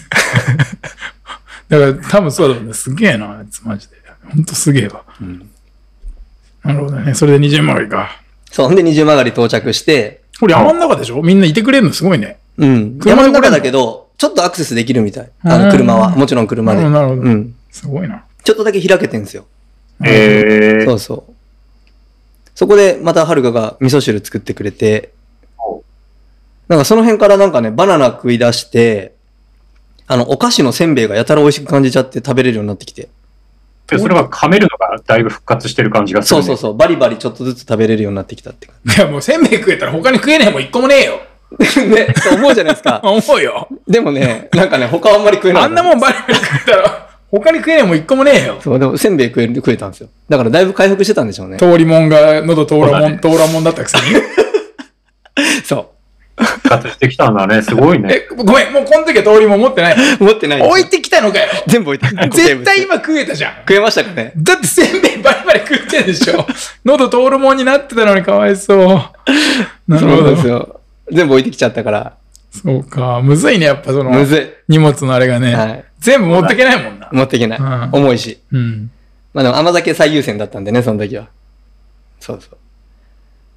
だから多分そうだもんね。すげえな、あいつマジで。ほんとすげえわ。うん、なるほどね。それで二重曲がりか。 そう、ほんで二重曲がり到着して。 これ山の中でしょ？みんないてくれるのすごいね。 うん。山の中だけど、ちょっとアクセスできるみたい。あの、車は。もちろん車で。 なるほど。 うん。 すごいな。 ちょっとだけ開けてんですよ。 へえ。 そうそう。そこでまたはるかが味噌汁作ってくれて、なんかその辺からなんかね、バナナ食い出して、あの、お菓子のせんべいがやたら美味しく感じちゃって食べれるようになってきて。 それは噛めるのがだいぶ復活してる感じがする、ね。 そうそうそう。バリバリちょっとずつ食べれるようになってきたって感じ。いやもうせんべい食えたら他に食えねえもん一個もねえよ。 ね、そう思うじゃないですか。 思うよ。 でもね、なんかね、他あんまり食えない。 あんなもんバリバリ食えたら、他に食えねえもん一個もねえよ。 そう、でもせんべい食え、食えたんですよ。だからだいぶ回復してたんでしょうね。 通りもんが、喉通らもん、通らもんだったくせに。 そう。 復活してきたんだね。すごいね。 え、ごめん、もうこの時は通りもん持ってない。 持ってない。 置いてきたのかよ。 全部置いてきた。 絶対今食えたじゃん。 食えましたかね。 だってせんべいバリバリ食ってんでしょ。喉通るもんになってたのにかわいそう。 なるほど。そうですよ。全部置いてきちゃったから。 そうか。むずいね、やっぱその。 むずい。 荷物のあれがね。はい。全部持ってけないもんな。 持ってけない。うん、重いし。 うん。 まあでも甘酒最優先だったんでね、その時は。そうそう。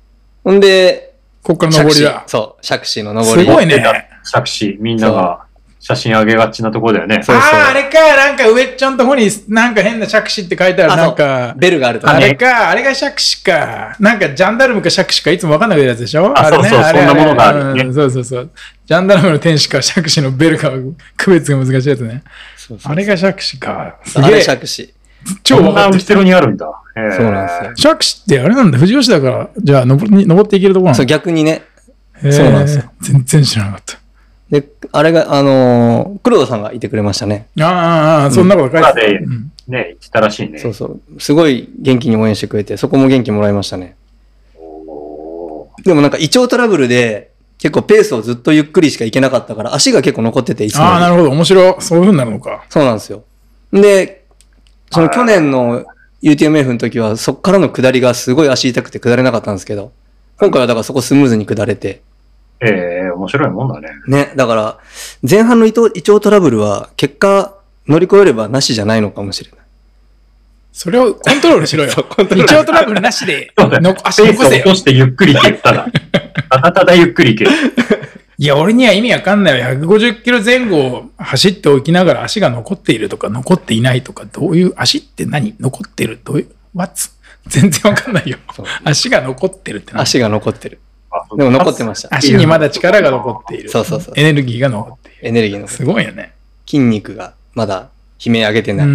ほんで、 こっから登りだ。 そう、杓子の登り。 すごいね。 杓子、みんなが写真上げがちなところだよね。 そうそうああ、あれか、なんか上っちょんとこになんか変な杓子って書いてある、なんか。 ベルがあるとか。あれか、あれが杓子か。なんかジャンダルムか杓子かいつもわかんなくなるやつでしょあ、 あれね、 そうそう、そんなものがあるね、 うん。そうそうそう。ジャンダルムの天使か杓子のベルか区別が難しいやつね。そうそうそうあれが杓子か。 すげえ。あれ杓子。 超分かって後ろにあるんだ。 そうなんですよ。杓子ってあれなんだ、富士吉田から、じゃあ登に登っていけるところなのそう、逆にね。そうなんですよ。 全然知らなかった。 で、あれが、あのー、黒田さんがいてくれましたね。 ああ、ああ、そんなこと書いてた。うん、ね、言ってたらしいね。 そうそう。すごい元気に応援してくれて、そこも元気もらいましたね。でもなんか胃腸トラブルで、結構ペースをずっとゆっくりしか行けなかったから、足が結構残ってて、いつも。 ああ、なるほど。面白い。そういう風になるのか。 そうなんですよ。で、その去年の ユーティーエムエフ の時は、そっからの下りがすごい足痛くて下れなかったんですけど、今回はだからそこスムーズに下れて。 ええー、面白いもんだね。 ね、だから、前半の胃腸トラブルは、結果、乗り越えればなしじゃないのかもしれない。 それをコントロールしろよ。胃腸トラブルなしで、 の足残せよ。落としてゆっくりって言ったら。ただただゆっくり行け。 いや、俺には意味わかんないよ。ひゃくごじゅっキロ前後を走っておきながら足が残っているとか、残っていないとか、どういう、足って何残ってるどういう、what? 全然わかんないよ。足が残ってるって何？ 足が残ってる。でも残ってました。 足にまだ力が残っている。 そうそうそう。 エネルギーが残っている。 エネルギーの。 すごいよね。 筋肉がまだ悲鳴上げてない。 うん。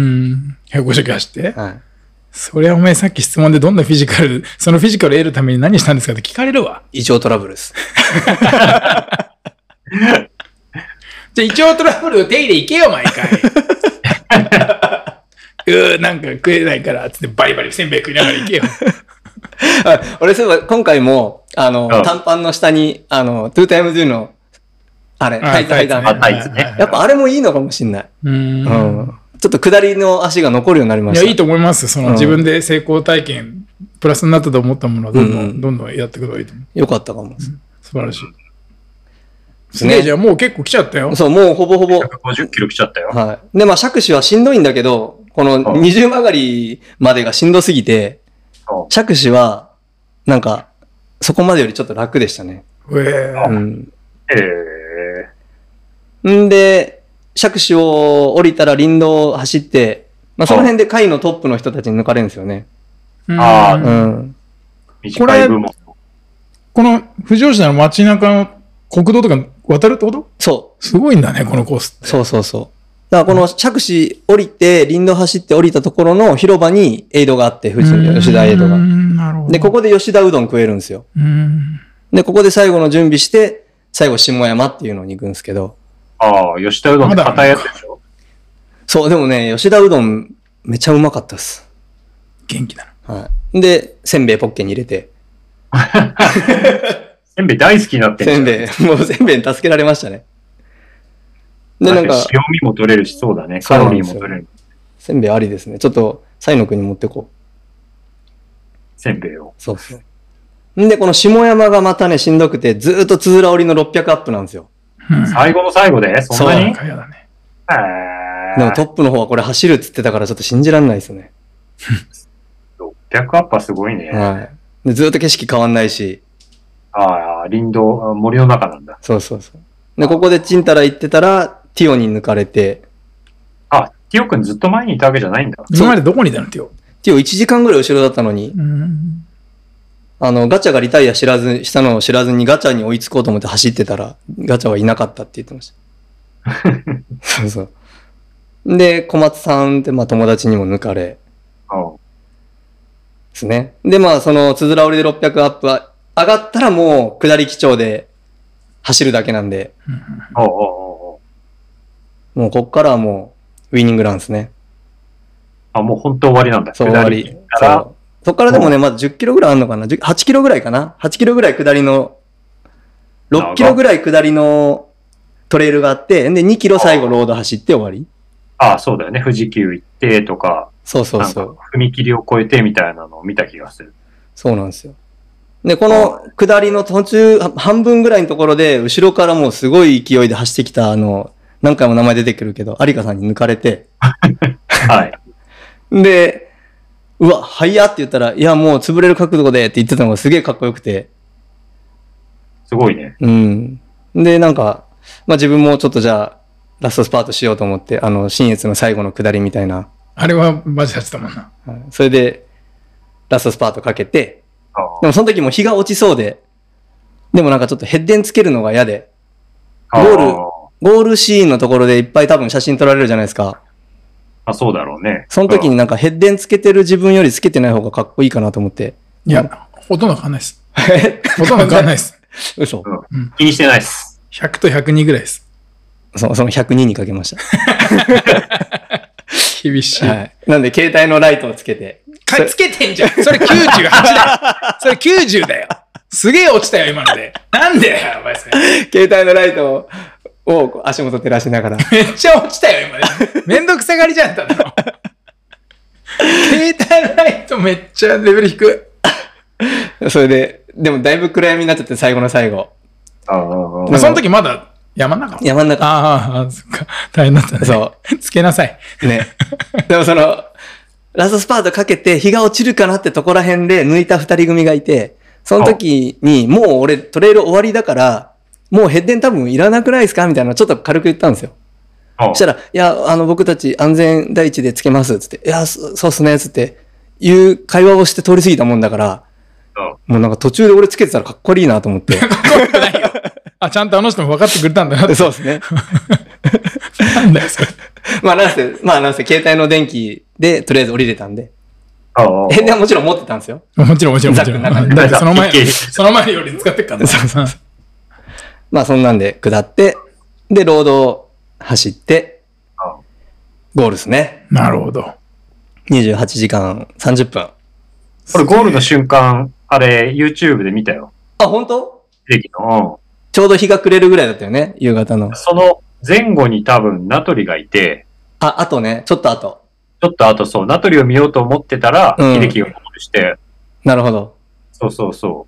ひゃくごじゅっキロ走って。 はい。 それはお前さっき質問でどんなフィジカル、そのフィジカルを得るために何したんですかって聞かれるわ。 胃腸トラブルです。 じゃあ胃腸トラブルを手入れ行けよ、毎回。うー、なんか食えないから、つってバリバリせんべい食いながら行けよ。 俺そういえば今回も、あの、ああ短パンの下に、あの、トゥータイムズーの、あれ、タイツ履いたんタイツね。 やっぱあれもいいのかもしんない。 うん。 うん。ちょっと下りの足が残るようになりました。 いや、いいと思います。その、うん、自分で成功体験、プラスになったと思ったものをどんどん、うん、どんどんやっていくのがいいと思う。 よかったかも。うん、 素晴らしい。すげえ、じゃあもう結構来ちゃったよ。 そう、もうほぼほぼ。 ひゃくごじゅっキロ来ちゃったよ。 はい。で、まあ、杓子はしんどいんだけど、この二重曲がりまでがしんどすぎて、杓子は、なんか、そこまでよりちょっと楽でしたね。 へえ。 うん。 へえ。んで、杓子を降りたら林道を走って、まあ、その辺で会のトップの人たちに抜かれるんですよね。 ああ、 うん。 短い部門。 この富士吉田の街中の国道とか渡るってこと？ そう。 すごいんだね、このコースって。 そうそうそう。だからこの杓子降りて、林道走って降りたところの広場にエイドがあって、富士吉田エイドが。 なるほど。 で、ここで吉田うどん食えるんですよ。 うんで、ここで最後の準備して、最後下山っていうのに行くんですけど。 ああ、吉田うどんって硬いやつでしょ？ そう、でもね、吉田うどんめちゃうまかったです。 元気だな。はい。で、せんべいポッケに入れて。 せんべい大好きになってる。せんべい、もうせんべいに助けられましたね。 で、なんか。塩味も取れるし、そうだね。カロリーも取れる。 せんべいありですね。ちょっと、サイノ君に持ってこう。せんべいを。 そうそう。んで、この下山がまたね、しんどくて、ずーっとつづら折りのろっぴゃくアップなんですよ。 うん、最後の最後でそんなに？ そうだね。 でもトップの方はこれ走るって言ってたからちょっと信じられないですよね。 ろっぴゃくアップはすごいね。 はい。でずーっと景色変わんないし。 ああ、林道、森の中なんだ。 そうそうそう。で、ここでチンタラ行ってたら、ティオに抜かれて。 あ、ティオくんずっと前にいたわけじゃないんだ。 今までどこにいたのティオ？ ティオいちじかんぐらい後ろだったのに。 うんあの、ガチャがリタイア知らず、したのを知らずにガチャに追いつこうと思って走ってたら、ガチャはいなかったって言ってました。そうそう。で、小松さんってまあ友達にも抜かれ。ですね。で、まあその、つづら折りでろっぴゃくアップは上がったらもう下り基調で走るだけなんで。 おうおうおうもうこっからはもうウィニングランですね。 あ、もう本当終わりなんだ。 そう終わり。そう。そっからでもね、まだじゅっキロぐらいあるのかな ?はち キロぐらいかな ?はち キロぐらい下りの、ろっキロぐらい下りのトレイルがあって、で、にキロ最後ロード走って終わり。 ああ、そうだよね。富士急行ってとか。 そうそうそう。 踏切を越えてみたいなのを見た気がする。 そうなんですよ。で、この下りの途中、半分ぐらいのところで、後ろからもうすごい勢いで走ってきた、あの、何回も名前出てくるけど、有香さんに抜かれて。 はい。 で、うわ、はいやって言ったら、いや、もう潰れる角度でって言ってたのがすげえかっこよくて。 すごいね。 うん。で、なんか、まあ自分もちょっとじゃあ、ラストスパートしようと思って、あの、新越の最後の下りみたいな。 あれはマジ走ったもんな。 それで、ラストスパートかけて、でもその時も日が落ちそうで、でもなんかちょっとヘッデンつけるのが嫌で、ゴール、ゴールシーンのところでいっぱい多分写真撮られるじゃないですか。 あ、そうだろうね。 その時になんかヘッデンつけてる自分よりつけてない方がかっこいいかなと思って。 いや、ほとんど変わんないです。ほとんど変わんないです。 嘘、 うん、気にしてないです。 ひゃくとひゃくにぐらいです。 そ, そのひゃくににかけました。 厳しい、 はい。なんで携帯のライトをつけて。 かつけてんじゃん。それきゅうじゅうはちだよ。それきゅうじゅうだよ。すげえ落ちたよ、今ので。なんでだよ、お前それ。 携帯のライトを足元照らしながら。 めっちゃ落ちたよ、今で。めんどくさがりじゃん、ただの。携帯のライトめっちゃレベル低い。それで、でもだいぶ暗闇になっちゃって、最後の最後。 ああ。 その時まだ山の中山の中。 ああ、そっか。大変だったね。 そう。 つけなさい。 ね。でもその、ラストスパートかけて日が落ちるかなってとこら辺で抜いた二人組がいて、その時にもう俺トレイル終わりだから、もうヘッデン多分いらなくないですかみたいなちょっと軽く言ったんですよ。そしたら、いや、あの僕たち安全第一でつけますっつって、いや、そそうっすね、つっていう会話をして通り過ぎたもんだから、もうなんか途中で俺つけてたらかっこいいなと思って。 かっこよくないよ。あ、ちゃんとあの人も分かってくれたんだなって。 そうですね。 なんだよ、それ。 まあなんせ、まあなんせ、携帯の電気でとりあえず降りれたんで。 ああ。 え、でももちろん持ってたんですよ。 もちろんもちろんもちろん。 ザックの中でだってその前に、その前より使ってっからね。 そうそうそう。まあそんなんで下って、で、ロードを走って、ゴールですね。 なるほど。 にじゅうはちじかんさんじゅっぷん。 これゴールの瞬間、あれ、YouTube で見たよ。 あ、本当？ 駅の。 ちょうど日が暮れるぐらいだったよね、夕方の。 その前後に多分、ナトリがいて。 あ、あとね、ちょっとあと。 ちょっとあとそう、ナトリを見ようと思ってたら、うん、秀樹がゴールして。 なるほど。 そうそうそう。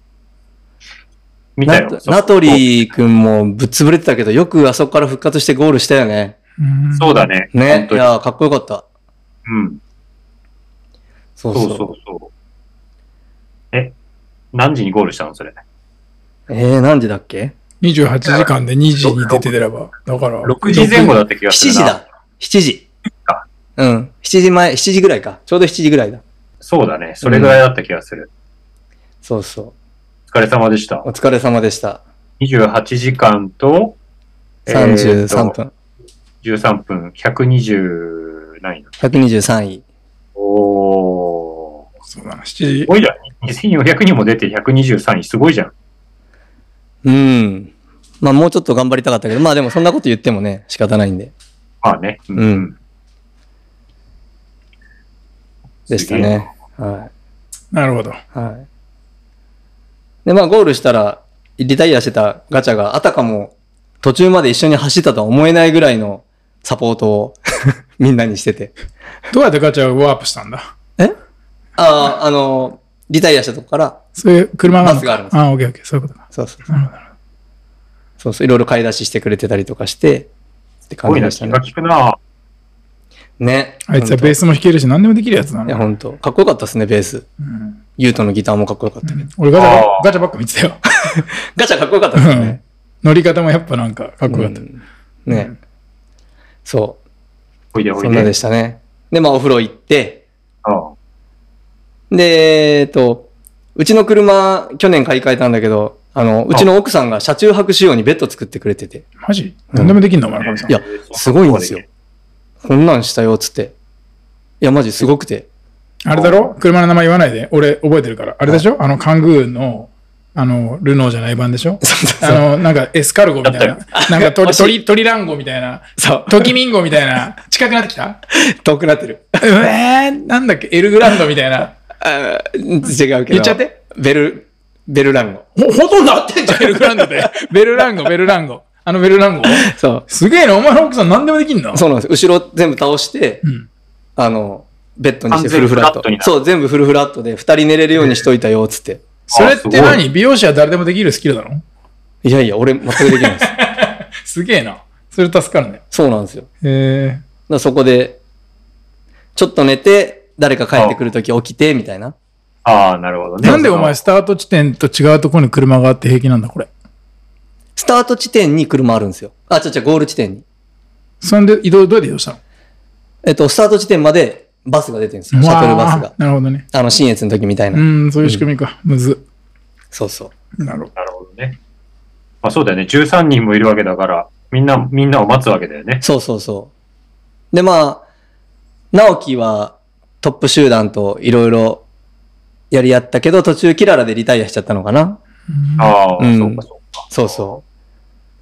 見たよ。 ナトリ君もぶっ潰れてたけど、よくあそこから復活してゴールしたよね。 うんそうだね。 ね。いや、かっこよかった。 うん。 そうそう。 そうそうそう。え、何時にゴールしたのそれ。 えー、何時だっけ ? にじゅうはちじかんでにじに出てれば。だから。 ろくじぜん後だった気がするな。 しちじだ。しちじ。 か。 うん。しちじまえ、しちじぐらいか。ちょうどしちじぐらいだ。 そうだね。それぐらいだった気がする。うん、 そうそう。 お疲れ様でした。 お疲れ様でした。 にじゅうはちじかんと、 さんじゅうさんぷん。 じゅうさんぷん、ひゃくにじゅう何位 ? ひゃくにじゅうさんい。 おー。 そうだな、しちじ。 すごいじゃん。にせんよんひゃくにんも出てひゃくにじゅうさんい。すごいじゃん。 うん。まあもうちょっと頑張りたかったけど、まあでもそんなこと言ってもね、仕方ないんで。 まあね。 うん。うん、でしたね。はい。 なるほど。 はい。で、まあゴールしたら、リタイアしてたガチャがあたかも途中まで一緒に走ったとは思えないぐらいのサポートをみんなにしてて。 どうやってガチャをワープしたんだえああ、あの、リタイアしたとこから、 そういう車がバスがあるんです。 ああ、オッケーオッケー、そういうことか。 そうそう。なるほど。そうそう、いろいろ買い出ししてくれてたりとかして、って感じでしたね。 すごいな、気が利くなね。 あいつはベースも弾けるし、何でもできるやつなの。 いや、ほんと。かっこよかったですね、ベース。うん。ユートのギターもかっこよかったけど。うん、 俺ガチャ、ガチャばっか見てたよ。 ガチャかっこよかったですね、うん。 乗り方もやっぱなんかかっこよかった。うん、 ね、うん。そう。 おいでおいで。 そんなでしたね。で、まあお風呂行って、 ああで、えっと、うちの車、去年買い替えたんだけど、あの、うちの奥さんが車中泊仕様にベッド作ってくれてて。 マジ何でもできんの、お前の神さん。 いや、すごいんですよ。こんなんしたよ、つって。いや、マジすごくて。 あれだろ車の名前言わないで。俺覚えてるから。あれでしょあの、カングーの、あの、ルノーじゃない版でしょあの、なんかエスカルゴみたいな。なんか鳥、鳥、鳥ランゴみたいな。 そう。 トキミンゴみたいな。近くなってきた遠くなってる。 えー、なんだっけエルグランドみたいな。 あ違うけど。 言っちゃって。 ベル、ベルランゴ。 ほ、ほとんど合ってんじゃん、エルグランドで。ベルランゴ、ベルランゴ。あのベルランゴそう。 すげえな、お前の奥さん何でもできんのそうなんです。後ろ全部倒して、うん、あの、ベッドにしてフルフラット。そう、全部フルフラットで二人寝れるようにしといたよ、つって。 それって何美容師は誰でもできるスキルなのいやいや、俺全くできないです。 すげえな。それ助かるね。 そうなんですよ。 へえ。 だそこで、ちょっと寝て、誰か帰ってくるとき起きて、みたいな。 ああ、なるほどね。 なんでお前スタート地点と違うところに車があって平気なんだ、これ。 スタート地点に車あるんですよ。あ、ちゃちゃ、ゴール地点に。 そんで移動、どうやって移動したの？ えっと、スタート地点までバスが出てるんですよ。シャトルバスが。 なるほどね。 あの、新越の時みたいな。 うん、そういう仕組みか。うん、むず。 そうそう。 なるほど。 なるほどね。まあそうだよね。じゅうさんにんもいるわけだから、みんな、みんなを待つわけだよね。 そうそうそう。で、まあ、直樹はトップ集団といろいろやり合ったけど、途中キララでリタイアしちゃったのかな。 ああ、 うん、 そうかそうか。 そうそう。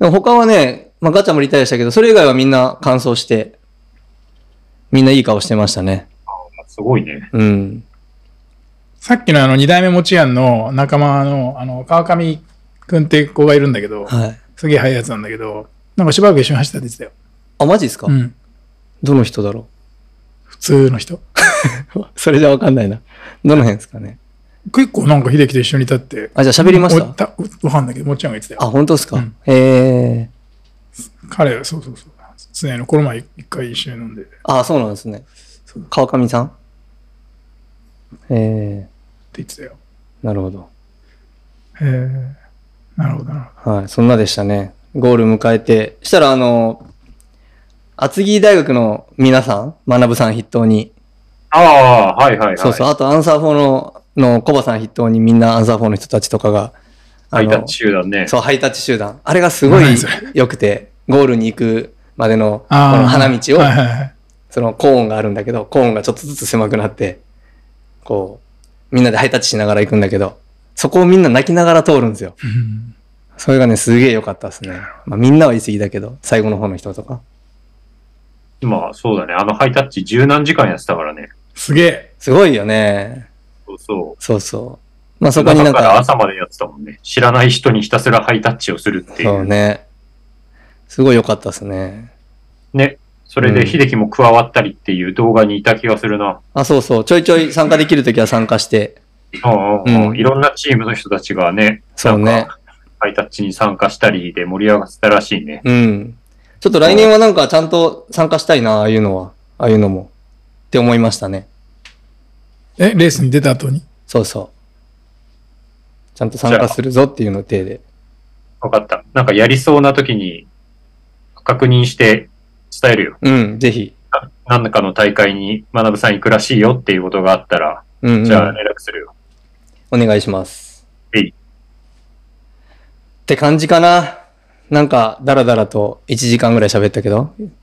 でも他はね、まあガチャもリタイアしたけど、それ以外はみんな完走して、みんないい顔してましたね。 あすごいね。 うん。 さっきのあの二代目もちやんの仲間のあの川上くんって子がいるんだけど、 はい。 すげえ速いやつなんだけど、なんかしばらく一緒に走ったって言ってたよ。 あ、マジですか？ うん。 どの人だろ普通の人。 うそれじゃわかんないな。どの辺ですかね。 結構なんか秀樹と一緒に立って。 あ、じゃあ喋りました？ たわかんないけど、もっちゃんが言ってたよ。 あ、本当ですか？ うん、 へえ。 彼は、そうそうそう。常にこの前一回一緒に飲んで。 あ、そうなんですね。川上さん？へえ。って言ってたよ。 なるほど。 へえ。なるほど、なるほど。はい、そんなでしたね。ゴール迎えて。したら、あの、厚木大学の皆さん、学さん筆頭に。 ああ、はいはいはい。 そうそう。あと、アンサーフォーの、のコバさん筆頭にみんなアンサーフォーの人たちとかが。 ハイタッチ集団ね。 そう、ハイタッチ集団。あれがすごい良くて、ゴールに行くまでの、この花道を、はいはいはい、そのコーンがあるんだけど、コーンがちょっとずつ狭くなって、こう、みんなでハイタッチしながら行くんだけど、そこをみんな泣きながら通るんですよ。それがね、すげえ良かったですね。まあみんなは言い過ぎだけど、最後の方の人とか。 今、そうだね。あのハイタッチ十何時間やってたからね。 すげえ。 すごいよね。 そうそう。 そうそう。まあそこになんか。 から朝までやってたもんね。知らない人にひたすらハイタッチをするっていう。 そうね。すごい良かったですね。 ね。それで秀樹も加わったりっていう動画にいた気がするな。うん、 あ、そうそう。ちょいちょい参加できるときは参加して。 うん、うん。いろんなチームの人たちがね。 そうね。 ハイタッチに参加したりで盛り上がってたらしいね。 うん。ちょっと来年はなんかちゃんと参加したいな、ああいうのは。ああいうのも。って思いましたね。 え、レースに出た後に？ そうそう。ちゃんと参加するぞっていうの体で。 わかった。なんかやりそうな時に確認して伝えるよ。 うん、ぜひ。 何かの大会に学さん行くらしいよっていうことがあったら、うんうん、じゃあ連絡するよ。 お願いします。 えい。 って感じかな。なんか、だらだらといちじかんぐらい喋ったけど。 うん。い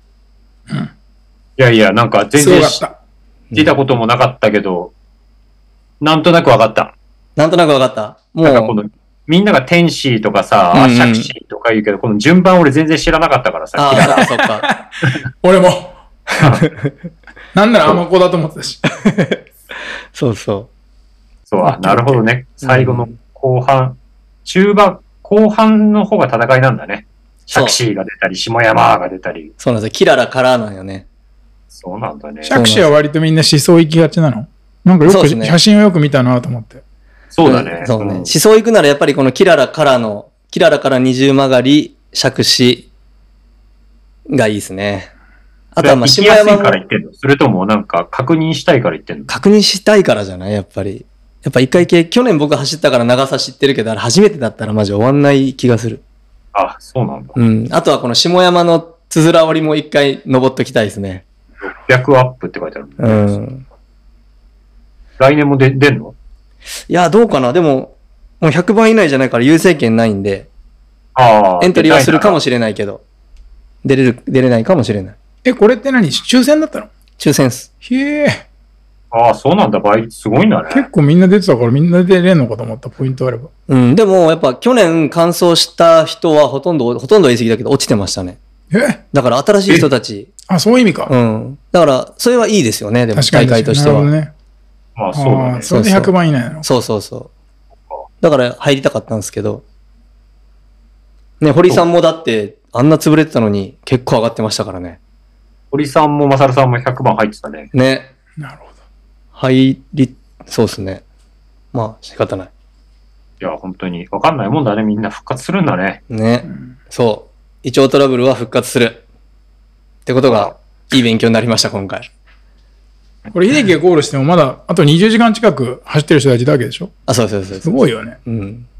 やいや、なんか全然聞いたこともなかったけど、うん、なんとなくわかった。 なんとなくわかった。 もう。なんかこの、みんなが天使とかさ、うんうん、シャクシーとか言うけど、この順番俺全然知らなかったからさ。 ああ、そっか。 俺も。なんならアマコだと思ってたし。 そうそう。 そう、あ、なるほどね。最後の後半、うん、中盤、後半の方が戦いなんだね。シャクシーが出たり、下山が出たり。 そうなんですよ。キララからなんよね。 そうなんだね。 シャクシーは割とみんな思想行きがちなの？なんかよく、ね、写真をよく見たなと思って。 そうだね。 そうね。思想行くならやっぱりこのキララからの、キララから二重曲がり、シャクシーがいいですね。 あとはまあ、下山も。から言ってんの？それともなんか確認したいから言ってんの？ 確認したいからじゃないやっぱり。やっぱ一回系、去年僕走ったから長さ知ってるけど、あれ初めてだったらマジ終わんない気がする。 あ、そうなんだ。 うん。あとはこの下山のつづら折りも一回登っときたいですね。 ろっぴゃくアップって書いてある。 うん。 来年も出、出んの？ いや、どうかな。でも、もうひゃくばん以内じゃないから優勢権ないんで、 ああ。 エントリーはするかもしれないけど、出れる、出れないかもしれない。 え、これって何？抽選だったの？ 抽選っす。 へえ。 ああ、そうなんだ。倍すごいんだね。 結構みんな出てたからみんな出れんのかと思った、ポイントあれば。 うん、でもやっぱ去年完走した人はほとんど、ほとんど言い過ぎだけど落ちてましたね。 え？ だから新しい人たち。 あ、そういう意味か。 うん。だから、それはいいですよね、でも大会としては。 なるほどね。 まあそうだね。 それでひゃくばん以内なの？ そうそうそう。だから入りたかったんですけど。ね、堀さんもだってあんな潰れてたのに結構上がってましたからね。 堀さんもマサルさんもひゃくばん入ってたね。 ね。 なるほど。 入り、そうですね。まあ仕方ない。 いや、本当にわかんないもんだね。みんな復活するんだね。 ね。うん、そう。胃腸トラブルは復活する。ってことがいい勉強になりました、今回。 これ、秀樹がゴールしてもまだあとにじゅうじかん近く走ってる人たちだけでしょ？ あ、そうそうそう。 すごいよね。 うん。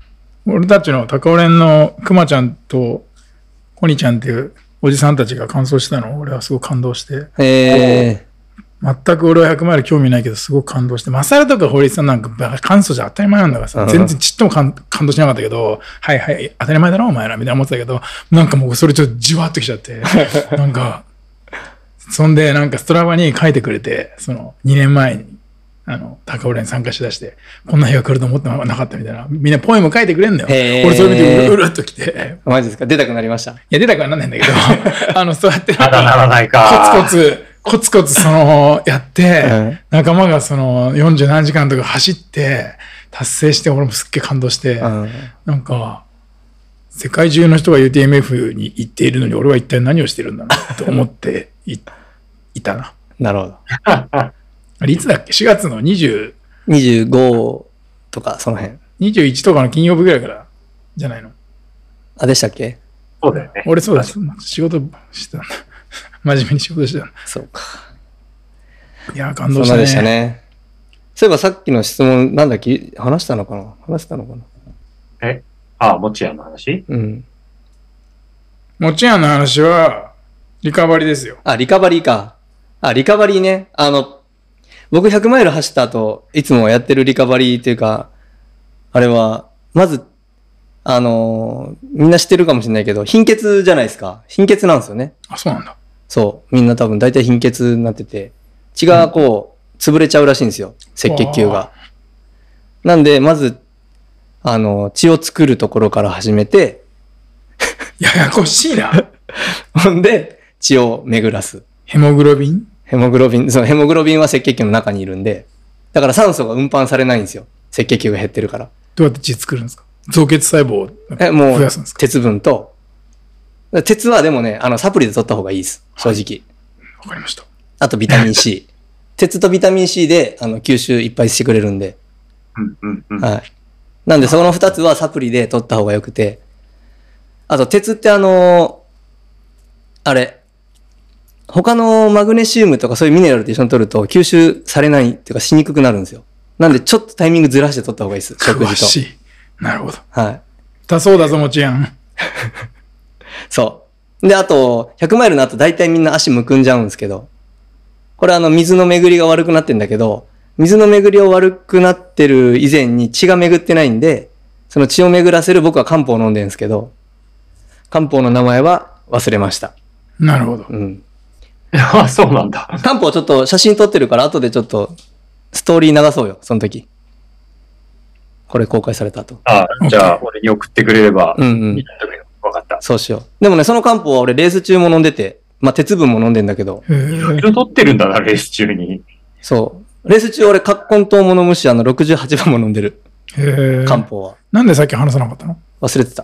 俺たちの高尾連のくまちゃんとコニちゃんっていうおじさんたちが完走したのを俺はすごく感動して。 へー。 全く俺はひゃくマイル興味ないけどすごく感動して、マサルとか堀井さんなんか感想じゃ当たり前なんだからさ、全然ちっとも感動しなかったけど、はいはい当たり前だろお前らみたいな思ってたけど、なんかもうそれちょっとじわっときちゃって、なんかそんでなんかストラバに書いてくれて、そのにねんまえにあの高尾連に参加しだして、こんな日が来ると思ってなかったみたいな、みんなポエム書いてくれんだよ。俺それ見てうるっときて。 マジですか？出たくなりました？いや出たくはなんないんだけど、あのそうやってなんかならないか。 コツコツコツコツそのやって、うん、仲間がそのよんじゅうなんじかんとか走って達成して、俺もすっげえ感動して、うん、なんか世界中の人が ユーティーエムエフ に行っているのに俺は一体何をしてるんだろうと思ってい, いたな。 なるほど。 あれいつだっけ？しがつのにじゅう、 にじゅうごとかその辺。 にじゅういちとかの金曜日ぐらいからじゃないの？ あ、でしたっけ？ そうだよね。 俺そうだ、仕事してたんだ。真面目に仕事してた。 そうか。 いや、感動したね。 そうでしたね。そういえばさっきの質問、なんだっけ話したのかな話したのかなえああ、もちやんの話？ うん。 もちやんの話は、リカバリーですよ。 あ、リカバリーか。あ、リカバリーね。あの、僕ひゃくマイル走った後、いつもやってるリカバリーっていうか、あれは、まず、あのー、みんな知ってるかもしれないけど、貧血じゃないですか。貧血なんですよね。 あ、そうなんだ。 そう。みんな多分大体貧血になってて、血がこう、潰れちゃうらしいんですよ。赤血球が。なんで、まず、あの、血を作るところから始めて、 ややこしいな。 ほんで、血を巡らす。 ヘモグロビン？ ヘモグロビン、そのヘモグロビンは赤血球の中にいるんで、だから酸素が運搬されないんですよ。赤血球が減ってるから。 どうやって血作るんですか？造血細胞を増やすんですか？ 鉄分と、鉄はでもね、あの、サプリで取った方がいいです。正直。 わ、はい、かりました。 あとビタミン C。鉄とビタミン C で、あの、吸収いっぱいしてくれるんで。 うんうんうん。 はい。なんで、その二つはサプリで取った方がよくて。あと、鉄ってあの、あれ、他のマグネシウムとかそういうミネラルと一緒に取ると吸収されないっていうかしにくくなるんですよ。なんで、ちょっとタイミングずらして取った方がいいです。食事と。 詳しい。なるほど。 はい。 だそうだぞ、もちやん。 そう。で、あと、ひゃくマイルの後、大体みんな足むくんじゃうんですけど、これあの、水の巡りが悪くなってんだけど、水の巡りを悪くなってる以前に血が巡ってないんで、その血を巡らせる僕は漢方を飲んでるんですけど、漢方の名前は忘れました。 なるほど。 うん。 あ、そうなんだ。 漢方ちょっと写真撮ってるから、後でちょっと、ストーリー流そうよ、その時。これ公開された後。 ああ、じゃあ、俺に送ってくれれば。 うんうん。 わかった。 そうしよう。でもね、その漢方は俺レース中も飲んでて、まあ、鉄分も飲んでんだけど。 いろいろ取ってるんだな、レース中に。 そう。レース中俺、葛根糖も飲むし、あの、ろくじゅうはちばんも飲んでる。 へ漢方は。 なんでさっき話さなかったの？ 忘れてた。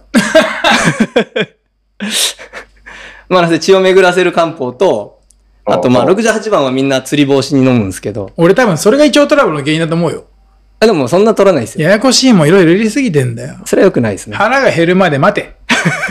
まあ、血を巡らせる漢方と、あとまあ、ろくじゅうはちばんはみんな釣り防止に飲むんですけど。 俺多分それが胃腸トラブルの原因だと思うよ。 でもそんな取らないですよ。 ややこしいもんいろいろ入れすぎてんだよ。 それは良くないですね。 腹が減るまで待て。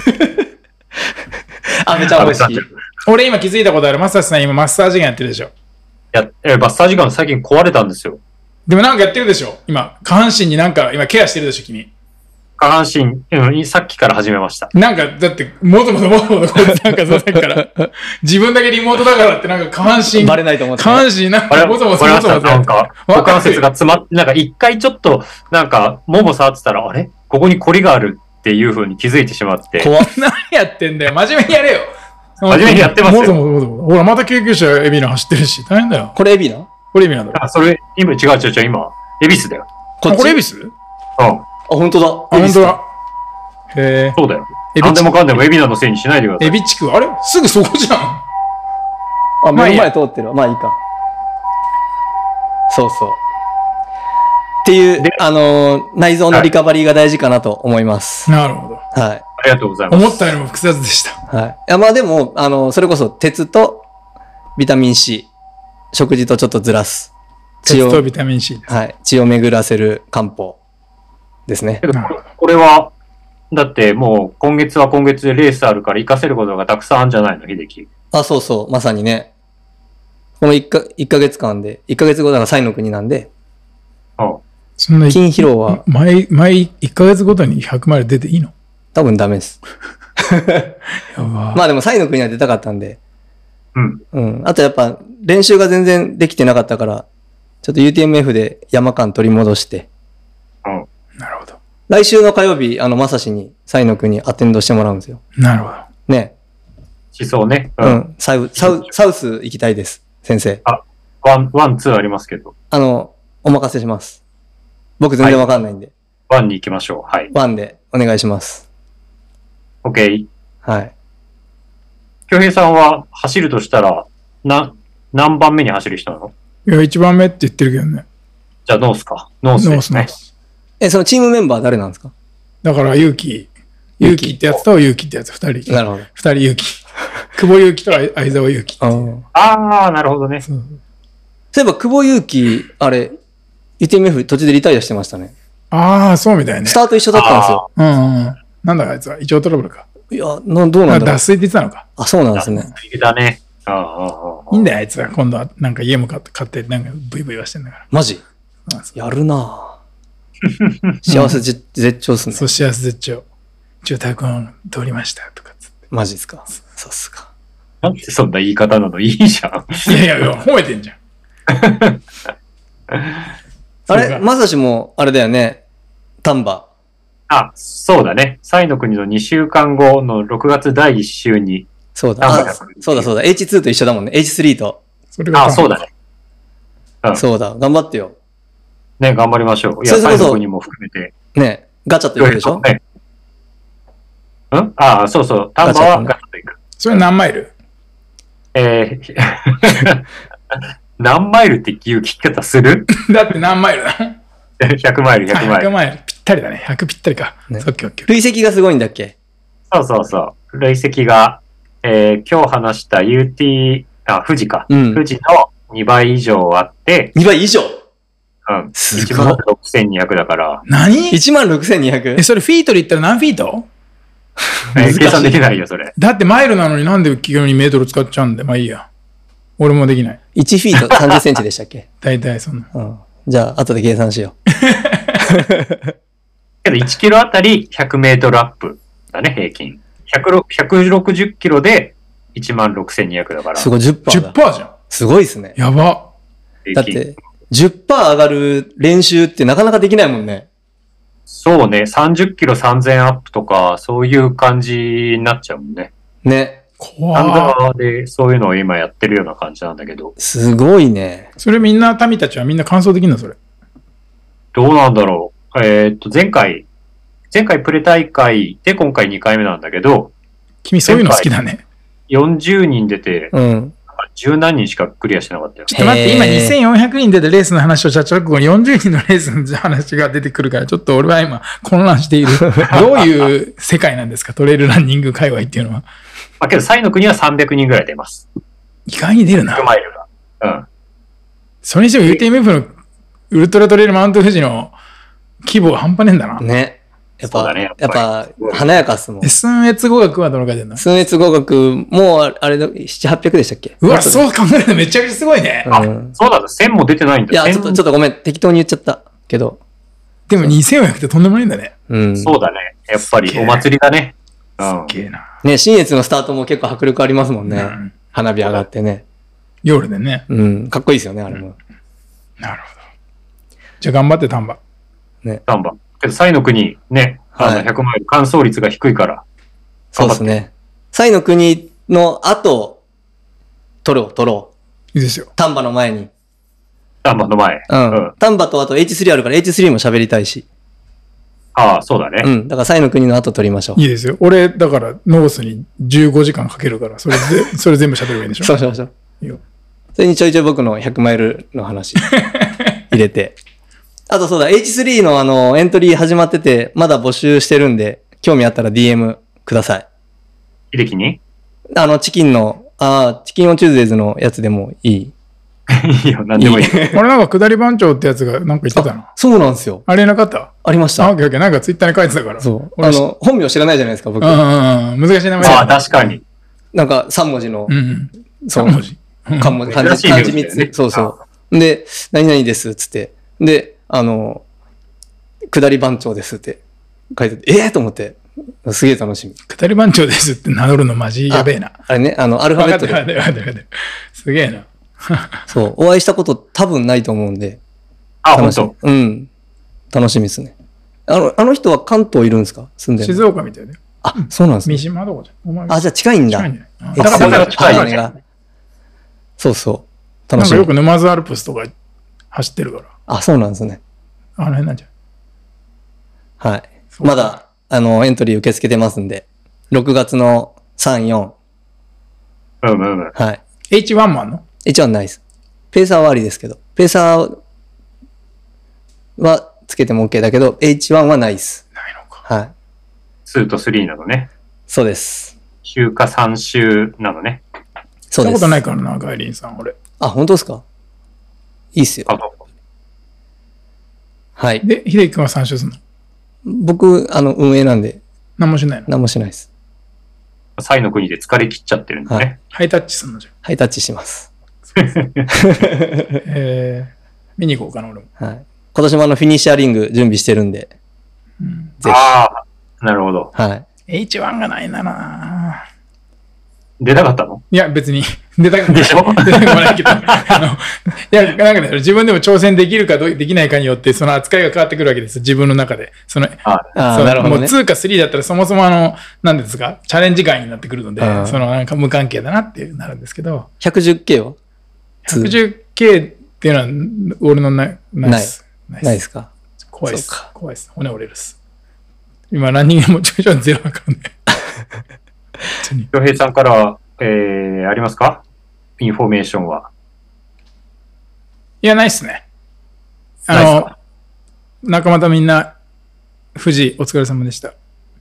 あ、めちゃ美味しい。 俺今気づいたことある。マッサージさん今マッサージガンやってるでしょ。 や、え、マッサージガン最近壊れたんですよ。 でもなんかやってるでしょ今。下半身になんか今ケアしてるでしょ君。 下半身、うん、さっきから始めました。 なんか、だって、もともともともとこいつなんかさ、さっきから、自分だけリモートだからってなんか下半身、 バレないと思って。 下半身なんかもともともともと。 なんか、股関節が詰まって、なんか一回ちょっと、なんか、もも触ってたら、あれここにコリがあるっていう風に気づいてしまって。 怖っ。 何やってんだよ。真面目にやれよ。 真面目にやってますよ。 もともともともと。ほら、また救急車エビナ走ってるし、大変だよ。 これエビナ？ これエビナだろ。 あ、それ、今、違う違う違う、今、エビスだよ。 こっちこれエビス？うん。 あ、本当だ。 あ、本当だ。へえ。 そうだよ。何でもかんでもエビナのせいにしないでください。 エビ地区、あれすぐそこじゃん。 あ、目の前通ってるわ。まあいいか。そうそう。っていう、あのー、内臓のリカバリーが大事かなと思います。 なるほど。 はい。 ありがとうございます。 思ったよりも複雑でした。 はい。いや、まあでも、あのー、それこそ鉄とビタミン C、食事とちょっとずらす。 鉄とビタミン C です。 はい。血を巡らせる漢方ですね。 これは、だってもう今月は今月でレースあるから活かせることがたくさんあるんじゃないの、秀樹。 あ、そうそう。まさにね。このいっか、いっかげつかんで、いっかげつごだからサイの国なんで、 うん。 そんな筋疲労は。 毎、毎いっかげつごとにひゃくマイル出ていいの？ 多分ダメです。 やば。 まあでも、サイの国は出たかったんで。 うん。 うん。あとやっぱ、練習が全然できてなかったから、ちょっと ユーティーエムエフ で山間取り戻して。 うん。 なるほど。 来週の火曜日、あの、まさしに、サイの国アテンドしてもらうんですよ。 なるほど。 ね。 しそうね。 うん。うん、サウ、サウ、サウス行きたいです。先生。 あ、ワン、ワン、ツーありますけど。 あの、お任せします。僕全然わかんないんで。 ワンに行きましょう。はい。 ワンでお願いします。 OK。 はい。 京平さんは走るとしたら、な、何番目に走る人なの？ いや、一番目って言ってるけどね。 じゃあノースか。ノースですね。ノース。 え、そのチームメンバー誰なんですか？ だから、勇気。勇気ってやつと勇気ってやつ、二人。 なるほど。 二人勇気。久保勇気と相沢勇気。 ああ、なるほどね。 そう、そういえば、久保勇気、あれ、ユーティーエムエフ 途中でリタイアしてましたね。 ああ、そうみたいね。 スタート一緒だったんですよ。 うんうん。なんだかあいつは、胃腸トラブルか。 いや、などうなんだろう。 脱水って言ってたのか。 あ、そうなんですね。 脱水だね。ああ、 いいんだよ、あいつは。今度は、なんか家も買って、買って、なんかブイブイはしてんだから。 マジ？やるなぁ。幸せ絶頂っすね。 そう、幸せ絶頂。住宅音通りました、とかつって。 マジですか？さすが。 なんでそんな言い方なの？いいじゃん。 いやいやいや、褒めてんじゃん。 あれ、まさしも、あれだよね。丹波。 あ、そうだね。サイの国のにしゅうかんごのろくがつだいいっ週に。 そうだ。あ、そうだそうだ。エイチツー と一緒だもんね。エイチスリー と。 それがあ、そうだね。 うん。そうだ。頑張ってよ。 ね、頑張りましょう。いや、サイの国も含めて。 ね、ガチャと行くでしょ？ね。 ん？ああ、そうそう。丹波はガチャと行く。 それ何マイル？ えー、何マイルっていう聞き方する？ だって何マイルだひゃくマイル、ひゃくマイル。 ひゃくマイル。ぴったりだね。ひゃくぴったりか。ね、 累積がすごいんだっけ？ そうそうそう。累積が、えー、今日話した ユーティー、あ、富士か。うん、富士のにばい以上あって。 にばい以上？ うん。すごい。いちまんろくせんにひゃくだから。 何？ いちまんろくせんにひゃく？ え、それフィートで言ったら何フィート？ えー、計算できないよ、それ。 だってマイルなのになんで急にメートル使っちゃうんで、まあいいや。俺もできない。 いちフィートさんじゅっセンチでしたっけ？ 大体そんな。 うん。じゃあ、後で計算しよう。 けどいちキロあたりひゃくメートルアップだね、平均。ひゃくろくじゅっキロでいちまんろくせんにひゃくだから。 すごい、じゅっパーセント。 じゅっパーセント じゃん。 すごいですね。 やば。 だって、じゅっパーセント 上がる練習ってなかなかできないもんね。 そうね、さんじゅっキロさんぜんアップとか、そういう感じになっちゃうもんね。 ね。 怖い。アンダーでそういうのを今やってるような感じなんだけど。 すごいね。 それみんな、民たちはみんな完走できるのそれ。 どうなんだろう。えー、っと、前回、前回プレ大会で今回にかいめなんだけど。 君そういうの好きだね。 よんじゅうにん出て、 うん。 十何人しかクリアしてなかったよ。 ちょっと待って、今にせんよんひゃくにん出てレースの話をした直後によんじゅうにんのレースの話が出てくるから、ちょっと俺は今混乱している。どういう世界なんですか、トレイルランニング界隈っていうのは。 まあけど、サイの国はさんびゃくにんぐらい出ます。 意外に出るな。 ひゃくマイルが。うん。 それにしても ユーティーエムエフ のウルトラトレイルマウント富士の規模が半端ねえんだな。 ね。やっぱ、 ね、 やっぱ、華やかっすもん。 寸越語学はどのくらい出るの？ 寸越語学、もう、あれ、ななひゃく、はっぴゃくでしたっけ？ うわ、そう考えるとめちゃくちゃすごいね。 うん、あ、そうだ、せんも出てないんだ。 いや、ちょっと、ちょっとごめん、適当に言っちゃったけど。 でもにせんよんひゃくってとんでもないんだね。 うん。 そうだね。やっぱりお祭りだね。 すっげえな。 ね、新越のスタートも結構迫力ありますもんね。うん、花火上がってね。 夜でね。 うん、かっこいいですよね、あれも。うん、 なるほど。じゃあ頑張って丹波。 ね。 丹波。けど、サイの国、ね、あの、ひゃくマイル完走率が低いから。 そうですね。サイの国の後、取ろう、取ろう。いいですよ。 丹波の前に。 丹波の前。 うん。丹波とあと エイチスリー あるから エイチスリー も喋りたいし。 ああ、そうだね。 うん。だからサイの国の後取りましょう。 いいですよ。俺、だから、ノースにじゅうごじかんかけるから、それで、それ全部喋るばいいんでしょ？ そうしましょう。 いいよ。 それにちょいちょい僕のひゃくマイルの話入れて。あとそうだ、エイチスリー のあの、エントリー始まってて、まだ募集してるんで、興味あったら ディーエム ください。 秀樹に？ あの、チキンの、ああ、チキンオンチューズデーズのやつでもいい？ いいよ、なんでもいい。 俺なんか下り番長ってやつがなんか言ってたな。 そうなんですよ。 あれなかった？ ありました。 あ、オッケーオッケー。なんかツイッターに書いてたから。 そう。あの、本名知らないじゃないですか、僕。 うんうんうん。難しい名前。 ああ、確かに。 なんかさん文字の。 うんうん。 さん文字。 漢文字。漢字みっつ。そうそう。で、何々です、つって。で、あの、 下り番長ですって書いてて、ええー、と思って、すげえ楽しみ。 下り番長ですって名乗るのマジやべえな。 あ, あれね、あの、アルファベットで。 わかってるわかってるわかってる。すげえな。 そう、お会いしたこと多分ないと思うんで。 あ、本当。 うん。楽しみですね。あの、あの人は関東いるんですか？住んでる。 静岡みたいだよ。 あ、そうなんですね。 三島どこじゃん。お前あ、じゃあ近いんだ。 近いんだよ。 だからまだ近いよね。 がそうそう。 なんか楽しみ。 よく沼津アルプスとか走ってるから。 あ、そうなんですね。 あの辺なんじゃん。 はい。まだ、あの、エントリー受け付けてますんで、ろくがつのさん、よん。うんうんうん。 はい。 エイチワン もあんの？ エイチワン ないです。ペーサーはありですけど、ペーサーはつけても OK だけど、エイチワン はないです。 ないのか。 はい。 にとさんなのね。 そうです。 週かさん週なのね。 そうです。 そんなことないからな、ガイリンさん、俺。 あ、本当ですか？いいっすよ。 あ、そう。 はい。 で、秀樹君はさん週すんの？ 僕、あの、運営なんで、 何もしないの？ 何もしないです。 サイの国で疲れ切っちゃってるんだね。 ハイタッチすんのじゃん。 ハイタッチします。 えー、見に行こうかな、俺も。 はい。今年もあの、フィニッシャーリング準備してるんで、 うん、 ぜひ。 ああ、なるほど。 はい。 エイチワン がないんだな。 出たかったの？ いや、別に。出たくない。 でしょ？ 出たくもないけど。あの、いや、なんかね、自分でも挑戦できるかどできないかによって、その扱いが変わってくるわけです。自分の中で。その、 ああそなるほどね。 もうにかさんだったらそもそもあの、何ですか、チャレンジ外になってくるので、そのなんか無関係だなってなるんですけど、 ひゃくじゅっケー はひゃくじゅっケー っていうのは、俺のない、ないです。 ないですか？ 怖いです。怖いです。骨折れるっす。今、ランニングモチベーションゼロだからね。 京平さんから、えー、ありますか？インフォメーションは。 いや、ないっすね。あの、仲間とみんな、富士、お疲れ様でした。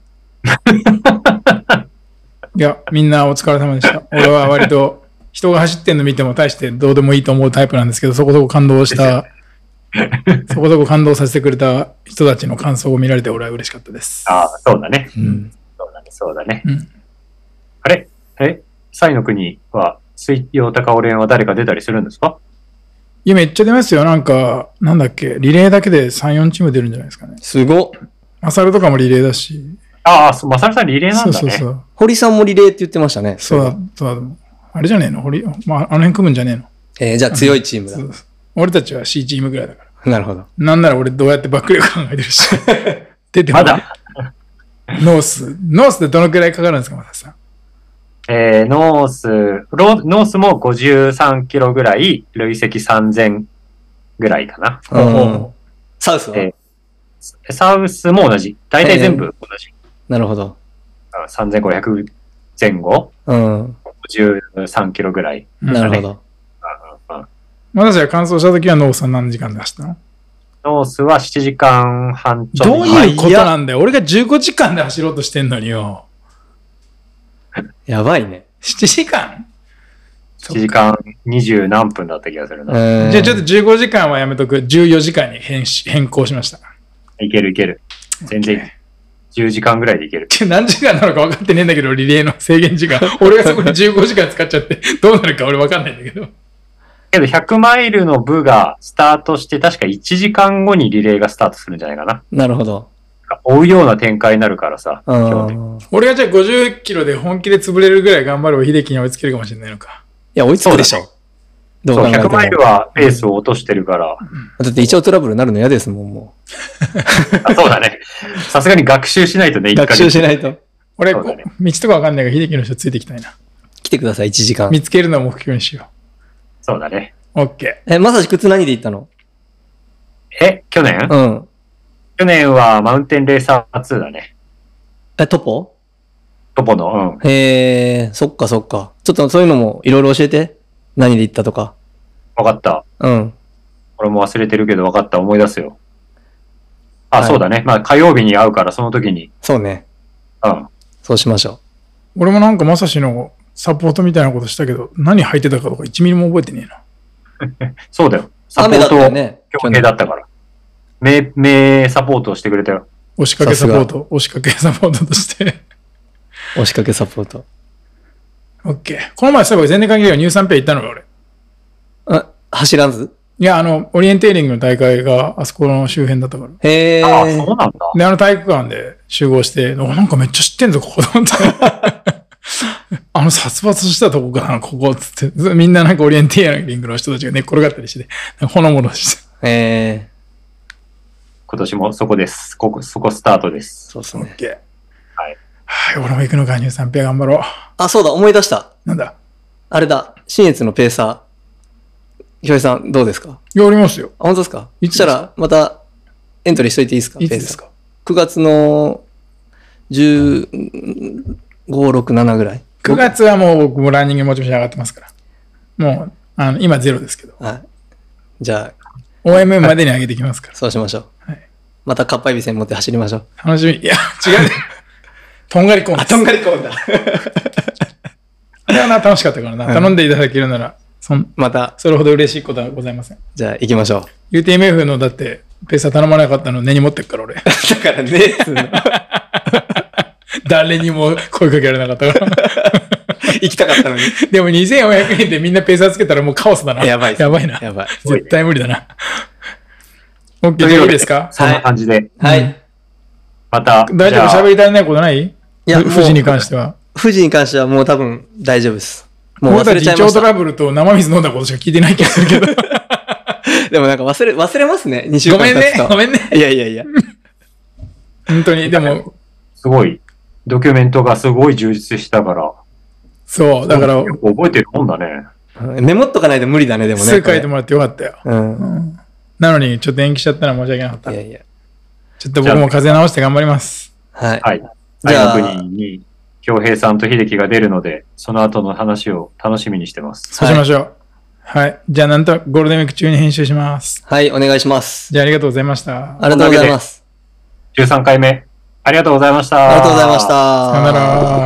いや、みんなお疲れ様でした。俺は割と、人が走ってんの見ても大してどうでもいいと思うタイプなんですけど、そこそこ感動した、そこそこ感動させてくれた人たちの感想を見られて俺は嬉しかったです。 ああ、そうだね。 うん。 そうだね、そうだね。 うん、 あれえサイの国は、水曜高尾連は誰か出たりするんですか？ いや、めっちゃ出ますよ。なんか、なんだっけ、リレーだけでさん、よんチーム出るんじゃないですかね。 すごっ。 マサルとかもリレーだし。 ああ、マサルさんリレーなんだね。 そうそうそう。 堀さんもリレーって言ってましたね。 そうだ、そうだ。あれじゃねえの堀、まあ、あの辺組むんじゃねえの。 えー、じゃあ強いチームだ。 そうそう俺たちは C チームぐらいだから。 なるほど。 なんなら俺どうやってバック力考えてるし。出てもまだノース。ノースってどのくらいかかるんですか、マサさん。 えー、ノース、ロノースもごじゅうさんキロぐらい、累積さんぜんぐらいかな。 うん、サウスは、 えー、サウスも同じ。大体全部同じ。えー、 なるほど。 さんぜんごひゃくぜん後、 うん、 ごじゅうさんキロぐらい、 ね。なるほど。 私は完走した時はノースは何時間で走ったの？ ノースはしちじかんはんちょっと。 どういうことなんだよ。俺がじゅうごじかんで走ろうとしてんのによ。 やばいね。 しちじかん ? しちじかんにじゅう何分だった気がするな。 じゃあちょっとじゅうごじかんはやめとく。じゅうよじかんに変変更しました。 いけるいける。全然じゅうじかんぐらいでいける。 何時間なのか分かってねえんだけど、リレーの制限時間。俺がそこにじゅうごじかん使っちゃって、どうなるか俺分かんないんだけど。 けどひゃくマイルの部がスタートして確かいちじかんごにリレーがスタートするんじゃないかな。 なるほど。 追うような展開になるからさ。 俺がじゃあごじゅっキロで本気で潰れるぐらい頑張れば秀樹に追いつけるかもしれないのか。 いや、追いつくでしょ。 どう考えても。そう、ひゃくマイルはペースを落としてるから。 だって一応トラブルになるの嫌ですもん、もう。あそうだね。さすがに学習しないとね、 学習しないと。 俺、ね、道とかわかんないから秀樹の人ついていきたいな。 来てください、いちじかん。 見つけるのを目標にしよう。そうだね。 オッケー。え、まさし靴何で行ったの？ え、去年？ うん。 去年はマウンテンレーサーツーだね。 え、トポ？ トポの、 うん。へえ、そっかそっか。ちょっとそういうのもいろいろ教えて。何で行ったとか。 わかった。 うん。 俺も忘れてるけどわかった。思い出すよ。あ、はい、そうだね。まあ火曜日に会うからその時に。 そうね。 うん。 そうしましょう。俺もなんかまさしのサポートみたいなことしたけど、何履いてたかとかいちミリも覚えてねえな。 そうだよ。 サポート、ね、 強兵だったから。名、名サポートをしてくれたよ。 押しかけサポート。押しかけサポートとして。 押しかけサポート。 オッケー。この前そういえば全然関係ない乳酸ペイ行ったのか俺。 あ、走らずいや、あの、オリエンテーリングの大会があそこの周辺だったから。 へえ。 ああ、そうなんだ。 で、あの体育館で集合して、なんかめっちゃ知ってんぞ、ここ。あの殺伐したとこかな、ここ、つって。みんななんかオリエンテーリングの人たちが寝っ転がったりして、ほのぼのして。 へえ。 今年もそこです。ここ、そこスタートです。 そうですね。 はい。はい、俺も行くのか、乳酸ペア頑張ろう。 あ、そうだ、思い出した。 なんだあれだ、新越のペーサー。ひょうさん、どうですか？ やりますよ。 あ、本当ですか？いつしたら、また、エントリーしといていいですか？ いつですか？ くがつのじゅうご、ろく、しちぐらい。 くがつはもう僕もランニングモチベーション上がってますから。もう、あの、今ゼロですけど。 はい。じゃあ、 オーエムエム までに上げてきますから。 そうしましょう。 はい。 また、かっぱえびせん持って走りましょう。 楽しみ。いや、違う。とんがりコーンです。 あ、とんがりコーンだ。 あれはな、楽しかったからな。頼んでいただけるなら、そんまた、 それほど嬉しいことはございません。 じゃあ、行きましょう。 ユーティーエムエフ の、だって、ペーサー頼まなかったの根に持ってっから俺。だからね、 誰にも声かけられなかったから。 行きたかったのに。 でもにせんよんひゃくえんでみんなペーサーつけたらもうカオスだな。 やばい。 やばいな。 やばい。 絶対無理だな。OK、じゃあいいですか？ そんな感じで。 はい。 また。 大丈夫？喋り足りないことない？ いや、 富士に関しては。 富士に関してはもう多分大丈夫です。 もう忘れちゃいました。胃腸トラブルと生水飲んだことしか聞いてない気がするけど。 でもなんか忘れ、忘れますね。にしゅうかん経つと。 ごめんね。ごめんね。 いやいやいや。 本当に、でも。 すごい。ドキュメントがすごい充実したから。 そう、だから。 覚えてるもんだね。 メモっとかないと無理だね、でもね。 すぐ書いてもらってよかったよ。 うん。うん、 なのに、ちょっと延期しちゃったら申し訳なかった。 いやいや。 ちょっと僕も風邪直して頑張ります。 はい。 はい。じゃあ、国に、京平さんと秀樹が出るので、その後の話を楽しみにしてます。 そうしましょう。はい。はい、じゃあ、なんとゴールデンウィーク中に編集します。 はい、お願いします。 じゃあ、ありがとうございました。 ありがとうございます。 じゅうさんかいめ、ありがとうございました。 ありがとうございました。 さよなら。